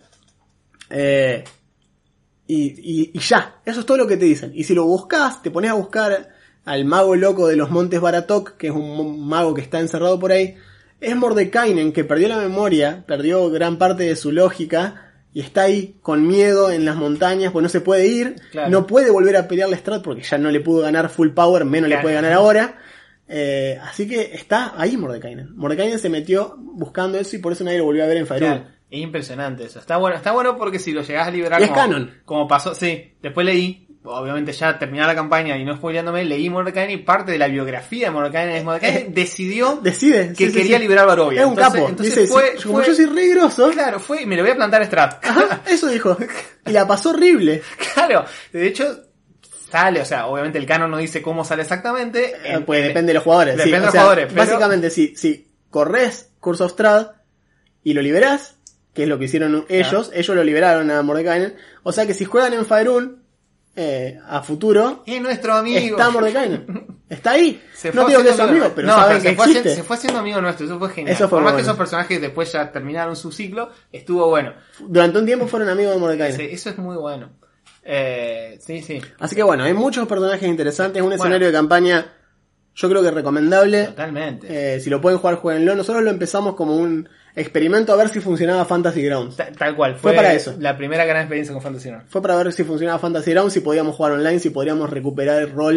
Eh, y, y, y ya, eso es todo lo que te dicen. Y si lo buscas, te pones a buscar al mago loco de los Montes Baratok, que es un mago que está encerrado por ahí, es Mordekainen, que perdió la memoria, perdió gran parte de su lógica, y está ahí con miedo en las montañas, pues no se puede ir, Claro. no puede volver a pelearle a Strahd porque ya no le pudo ganar full power, menos Claro. le puede ganar ahora. Eh, así que está ahí Mordekainen. Mordekainen se metió buscando eso y por eso nadie lo volvió a ver en Faerûn. Claro, es impresionante eso. Está bueno, está bueno porque si lo llegás a liberar Y es como, canon. como pasó, sí, después leí, obviamente ya terminada la campaña y no spoileándome, leí Mordekainen y parte de la biografía de Mordekainen es Mordekainen Eh, decidió Decide. que sí, sí, quería sí. liberar Barovia. Es un Entonces- capo. entonces Dice, fue- sí, como fue- yo soy re grosso. Claro, fue y me lo voy a plantar a Strahd. Ajá, eso dijo. Y la pasó horrible. Claro, de hecho sale, o sea, obviamente el canon no dice cómo sale exactamente. Eh, en- pues en- depende de los jugadores. Depende sí. de O los sea, jugadores, pero- Básicamente, si, si corres Curse of Strahd y lo liberás, que es lo que hicieron ellos, ellos lo liberaron a Mordekainen. O sea que si juegan en Faerûn, eh, a futuro, Es nuestro amigo. está Mordekainen. Está ahí. Se No fue digo que es haciendo amigo, amigo. pero No, saben pero que se fue, existe. haciendo, se fue haciendo amigo nuestro, eso fue genial. Eso fue Por más muy que bueno. esos personajes después ya terminaron su ciclo, estuvo bueno. Durante un tiempo fueron amigos de Mordekainen. Sí, eso es muy bueno. Eh, sí, sí, Así que bueno, hay muchos personajes interesantes. Es un Bueno. escenario de campaña, yo creo que recomendable. totalmente. Eh, si lo pueden jugar, jueguenlo. Nosotros lo empezamos como un experimento a ver si funcionaba Fantasy Grounds. Ta- Tal cual, Fue fue, para eso. la primera gran experiencia con Fantasy Grounds. Fue para ver si funcionaba Fantasy Grounds, si podíamos jugar online, si podríamos recuperar el rol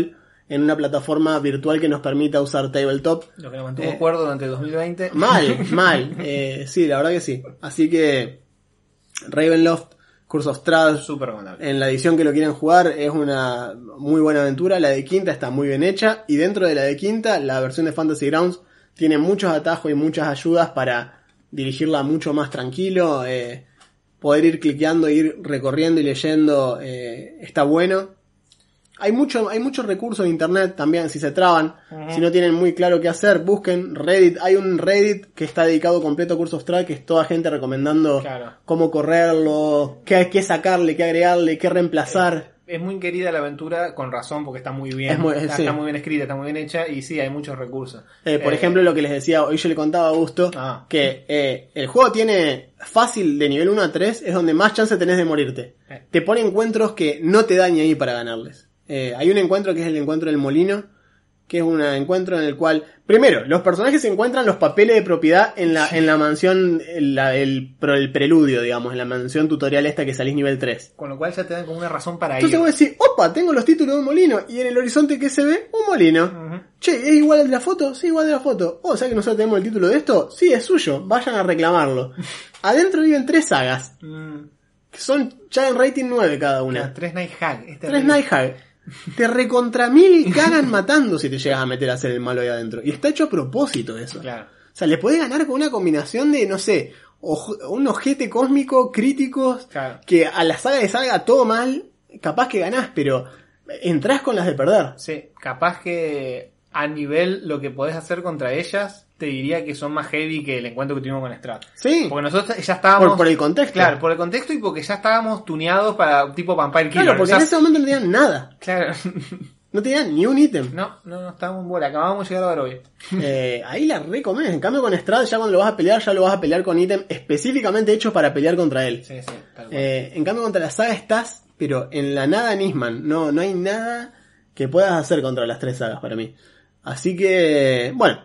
en una plataforma virtual que nos permita usar tabletop. Lo que nos mantuvo Eh, cuerdo durante el dos mil veinte. Mal, mal. Eh, sí, la verdad que sí. Así que Ravenloft, Curse of Strahd, Súper recomendable. en la edición que lo quieren jugar, es una muy buena aventura. La de quinta está muy bien hecha. Y dentro de la de quinta, la versión de Fantasy Grounds tiene muchos atajos y muchas ayudas para dirigirla mucho más tranquilo. Eh, poder ir cliqueando, ir recorriendo y leyendo, eh, está bueno. Hay mucho, hay muchos recursos de internet también, si se traban, uh-huh. si no tienen muy claro qué hacer, busquen Reddit. Hay un Reddit que está dedicado completo a Curse of Strahd, que es toda gente recomendando claro. cómo correrlo, qué, qué sacarle, qué agregarle, qué reemplazar. Es, es muy querida la aventura, con razón, porque está muy bien, es muy, está, sí. está muy bien escrita, está muy bien hecha, y sí, hay muchos recursos. Eh, por eh, ejemplo, lo que les decía, hoy yo le contaba a Augusto, ah. que eh, el juego tiene fácil de nivel uno a tres, es donde más chance tenés de morirte. Eh. Te pone encuentros que no te da ni ahí para ganarles. Eh, hay un encuentro que es el encuentro del molino, que es un encuentro en el cual, primero, los personajes encuentran los papeles de propiedad en la, en la mansión, en la, el, el preludio, digamos, en la mansión tutorial esta que salís nivel tres. Con lo cual ya te dan como una razón para Entonces ir. vos decís, opa, tengo los títulos de un molino, y en el horizonte que se ve, un molino. Uh-huh. Che, ¿es igual al de la foto? Sí, igual de la foto. Oh, ¿sabes que nosotros tenemos el título de esto? Sí, es suyo, vayan a reclamarlo. Adentro viven tres sagas, Mm. que son ya en rating nueve cada una. Claro, tres Night Hag. Es Tres terrible. Night Hag. Te recontra mil cagan matando si te llegas a meter a hacer el malo ahí adentro. Y está hecho a propósito eso. Claro. O sea, le podés ganar con una combinación de, no sé, oj- un ojete cósmico, críticos, Claro. que a la saga le salga todo mal, capaz que ganás, pero entrás con las de perder. Sí, capaz que a nivel lo que podés hacer contra ellas, te diría que son más heavy que el encuentro que tuvimos con Strahd. Sí, Porque nosotros ya estábamos... por, por el contexto. Claro, por el contexto y porque ya estábamos tuneados para tipo Vampire Killer. Claro, porque o sea, en ese momento no tenían nada. Claro. No tenían ni un ítem. No, no, no, estábamos en bola. Acabamos de llegar a Barovia. Eh, ahí la recomes. En cambio con Strahd ya cuando lo vas a pelear, ya lo vas a pelear con ítem específicamente hechos para pelear contra él. Sí, sí, tal cual. Eh, en cambio contra la saga estás, pero en la nada Nisman. No, no hay nada que puedas hacer contra las tres sagas para mí. Así que, bueno,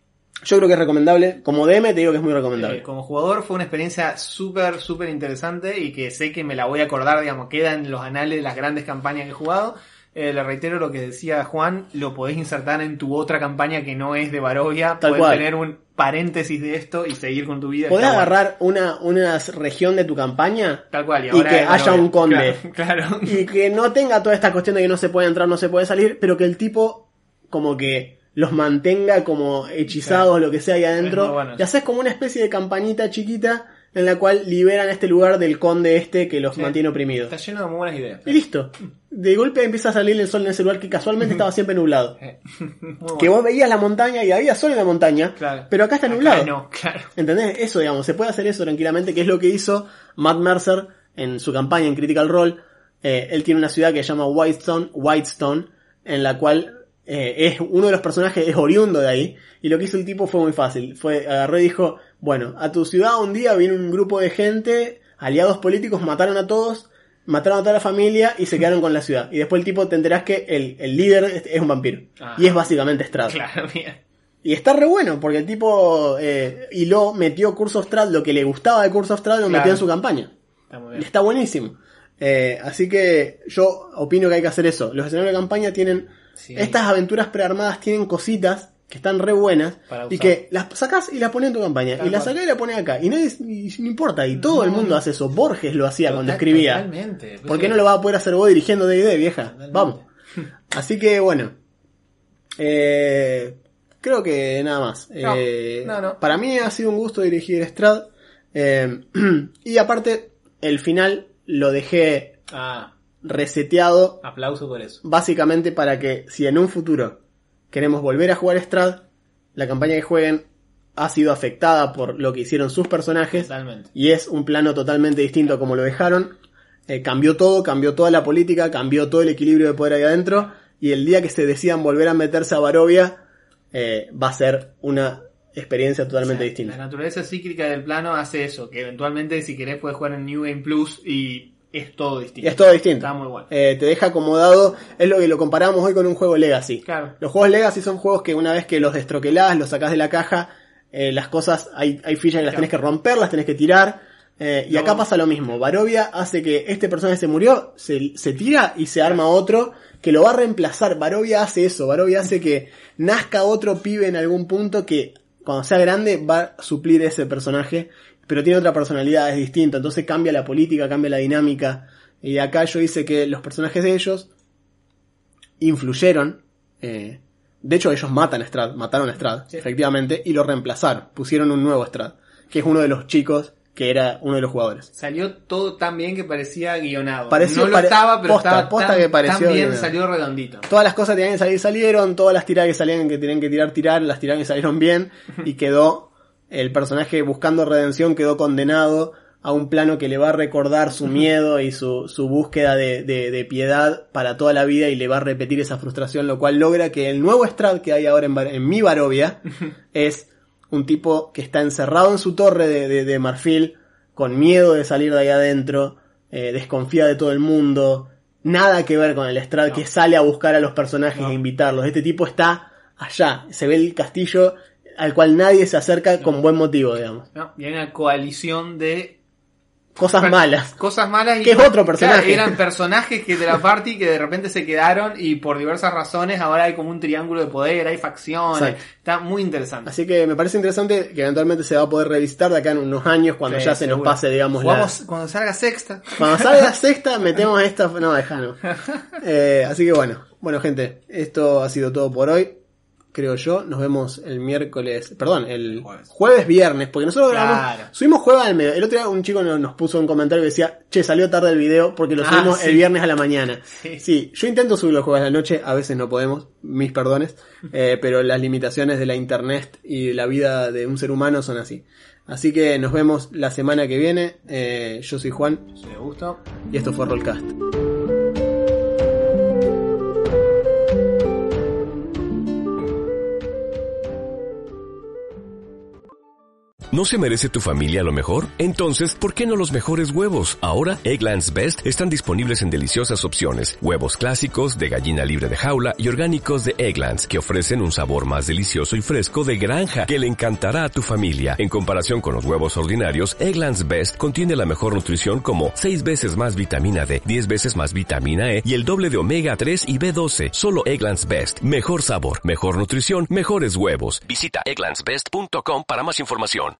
yo creo que es recomendable. Como D M te digo que es muy recomendable. Eh, como jugador fue una experiencia súper, súper interesante y que sé que me la voy a acordar, digamos, queda en los anales de las grandes campañas que he jugado. Eh, le reitero lo que decía Juan, lo podés insertar en tu otra campaña que no es de Barovia, Tal podés cual. tener un paréntesis de esto y seguir con tu vida. Podés Está bueno. agarrar una, una región de tu campaña Tal cual, y, y ahora que es haya Barovia. un conde. Claro, claro. y que no tenga toda esta cuestión de que no se puede entrar, no se puede salir, pero que el tipo como que los mantenga como hechizados o lo que sea ahí Es adentro. muy bueno Y haces como una especie de campanita chiquita en la cual liberan este lugar del conde este que los Sí. mantiene oprimidos. Está lleno de muy buenas ideas. Y listo. De golpe empieza a salir el sol en ese lugar que casualmente estaba siempre nublado. Eh, muy bueno. Que vos veías la montaña y había sol en la montaña, Claro. pero acá está Acá nublado. no, claro. ¿Entendés? Eso, digamos, se puede hacer eso tranquilamente, que es lo que hizo Matt Mercer en su campaña en Critical Role. Eh, él tiene una ciudad que se llama Whitestone, Whitestone, en la cual eh, es uno de los personajes es oriundo de ahí. Y lo que hizo el tipo fue muy fácil. Fue, agarró y dijo, bueno, a tu ciudad un día vino un grupo de gente, aliados políticos, mataron a todos, mataron a toda la familia y se quedaron con la ciudad. Y después el tipo te enterás que el, el líder es, es un vampiro. Ah. Y es básicamente Strahd. Claro, bien. Y está re bueno, porque el tipo eh, hiló, metió Curse of Strahd, lo que le gustaba de Curse of Strahd lo Claro. metió en su campaña. Está muy Y bien. está buenísimo. Eh, así que yo opino que hay que hacer eso. Los escenarios de campaña tienen... Sí. Estas aventuras prearmadas tienen cositas que están re buenas Para y usar. que las sacás y las pones en tu campaña. Tal y las cual. sacás y las pones acá. Y nadie y no importa. Y todo No, el mundo no. hace eso. Borges lo hacía cuando Total- escribía. Totalmente. Pues ¿Por qué sí. no lo vas a poder hacer vos dirigiendo D and D, vieja? Totalmente. Vamos. Así que bueno. Eh, creo que nada más. No, Eh, no, no. Para mí ha sido un gusto dirigir Strahd. Eh, y aparte, el final lo dejé Ah, reseteado. aplauso por eso. Básicamente para que si en un futuro queremos volver a jugar Strahd, la campaña que jueguen ha sido afectada por lo que hicieron sus personajes. Totalmente. Y es un plano totalmente distinto a como lo dejaron. Eh, cambió todo, cambió toda la política, cambió todo el equilibrio de poder ahí adentro. Y el día que se decidan volver a meterse a Barovia, eh, va a ser una experiencia totalmente O sea, distinta. La naturaleza cíclica del plano hace eso, que eventualmente si querés puedes jugar en New Game Plus y es todo distinto. Y es todo distinto. Está muy bueno. Eh, te deja acomodado. Es lo que lo comparamos hoy con un juego Legacy. Claro. Los juegos Legacy son juegos que una vez que los destroquelás, los sacás de la caja, eh, las cosas, hay, hay fichas que las Claro. tenés que romper, las tenés que tirar. Eh, y No. acá pasa lo mismo. Barovia hace que este personaje se murió, se, se tira y se arma otro. que lo va a reemplazar. Barovia hace eso, Barovia hace que nazca otro pibe en algún punto que cuando sea grande va a suplir ese personaje, pero tiene otra personalidad, es distinto, entonces cambia la política, cambia la dinámica. Y acá yo hice que los personajes de ellos influyeron, eh, de hecho ellos matan a Strahd, mataron a Strahd, sí. efectivamente, y lo reemplazaron, pusieron un nuevo Strahd, que es uno de los chicos que era uno de los jugadores. Salió todo tan bien que parecía guionado. Pareció, no lo pare- estaba, pero posta, estaba posta tan, que pareció tan bien, guionado. salió redondito. Todas las cosas que tenían que salir salieron, todas las tiradas que salían que tenían que tirar, tirar, las tiradas que salieron bien, y quedó, el personaje buscando redención quedó condenado a un plano que le va a recordar su miedo y su, su búsqueda de, de, de piedad para toda la vida, y le va a repetir esa frustración, lo cual logra que el nuevo Strahd que hay ahora en, Bar- en mi Barovia es un tipo que está encerrado en su torre de, de, de marfil, con miedo de salir de ahí adentro, eh, desconfía de todo el mundo, nada que ver con el Strahd no. que sale a buscar a los personajes no. e invitarlos. Este tipo está allá, se ve el castillo al cual nadie se acerca no. con buen motivo, digamos. No, y hay una coalición de cosas per- malas. Cosas malas. Y que es otro personaje. Claro, eran personajes que de la party que de repente se quedaron y por diversas razones ahora hay como un triángulo de poder, hay facciones. Exacto. Está muy interesante. Así que me parece interesante que eventualmente se va a poder revisitar de acá en unos años cuando sí, ya se seguro. nos pase, digamos, Jugamos, la... cuando salga sexta. Cuando salga sexta metemos esta... No, dejano. Eh, así que bueno. Bueno, gente, esto ha sido todo por hoy. Creo yo, nos vemos el miércoles, perdón, el jueves, jueves viernes, porque nosotros claro. grabamos, subimos jueves al medio. El otro día un chico nos, nos puso un comentario que decía, che, salió tarde el video porque lo subimos ah, sí. el viernes a la mañana. Sí. sí, yo intento subir los jueves a la noche, a veces no podemos, mis perdones, eh, pero las limitaciones de la internet y la vida de un ser humano son así. Así que nos vemos la semana que viene. Eh, yo soy Juan. Yo soy Augusto. Y esto fue Rollcast. ¿No se merece tu familia lo mejor? Entonces, ¿por qué no los mejores huevos? Ahora, Eggland's Best están disponibles en deliciosas opciones. Huevos clásicos, de gallina libre de jaula y orgánicos de Eggland's, que ofrecen un sabor más delicioso y fresco de granja, que le encantará a tu familia. En comparación con los huevos ordinarios, Eggland's Best contiene la mejor nutrición como seis veces más vitamina D, diez veces más vitamina E y el doble de omega tres y B doce. Solo Eggland's Best. Mejor sabor, mejor nutrición, mejores huevos. Visita egglands best punto com para más información.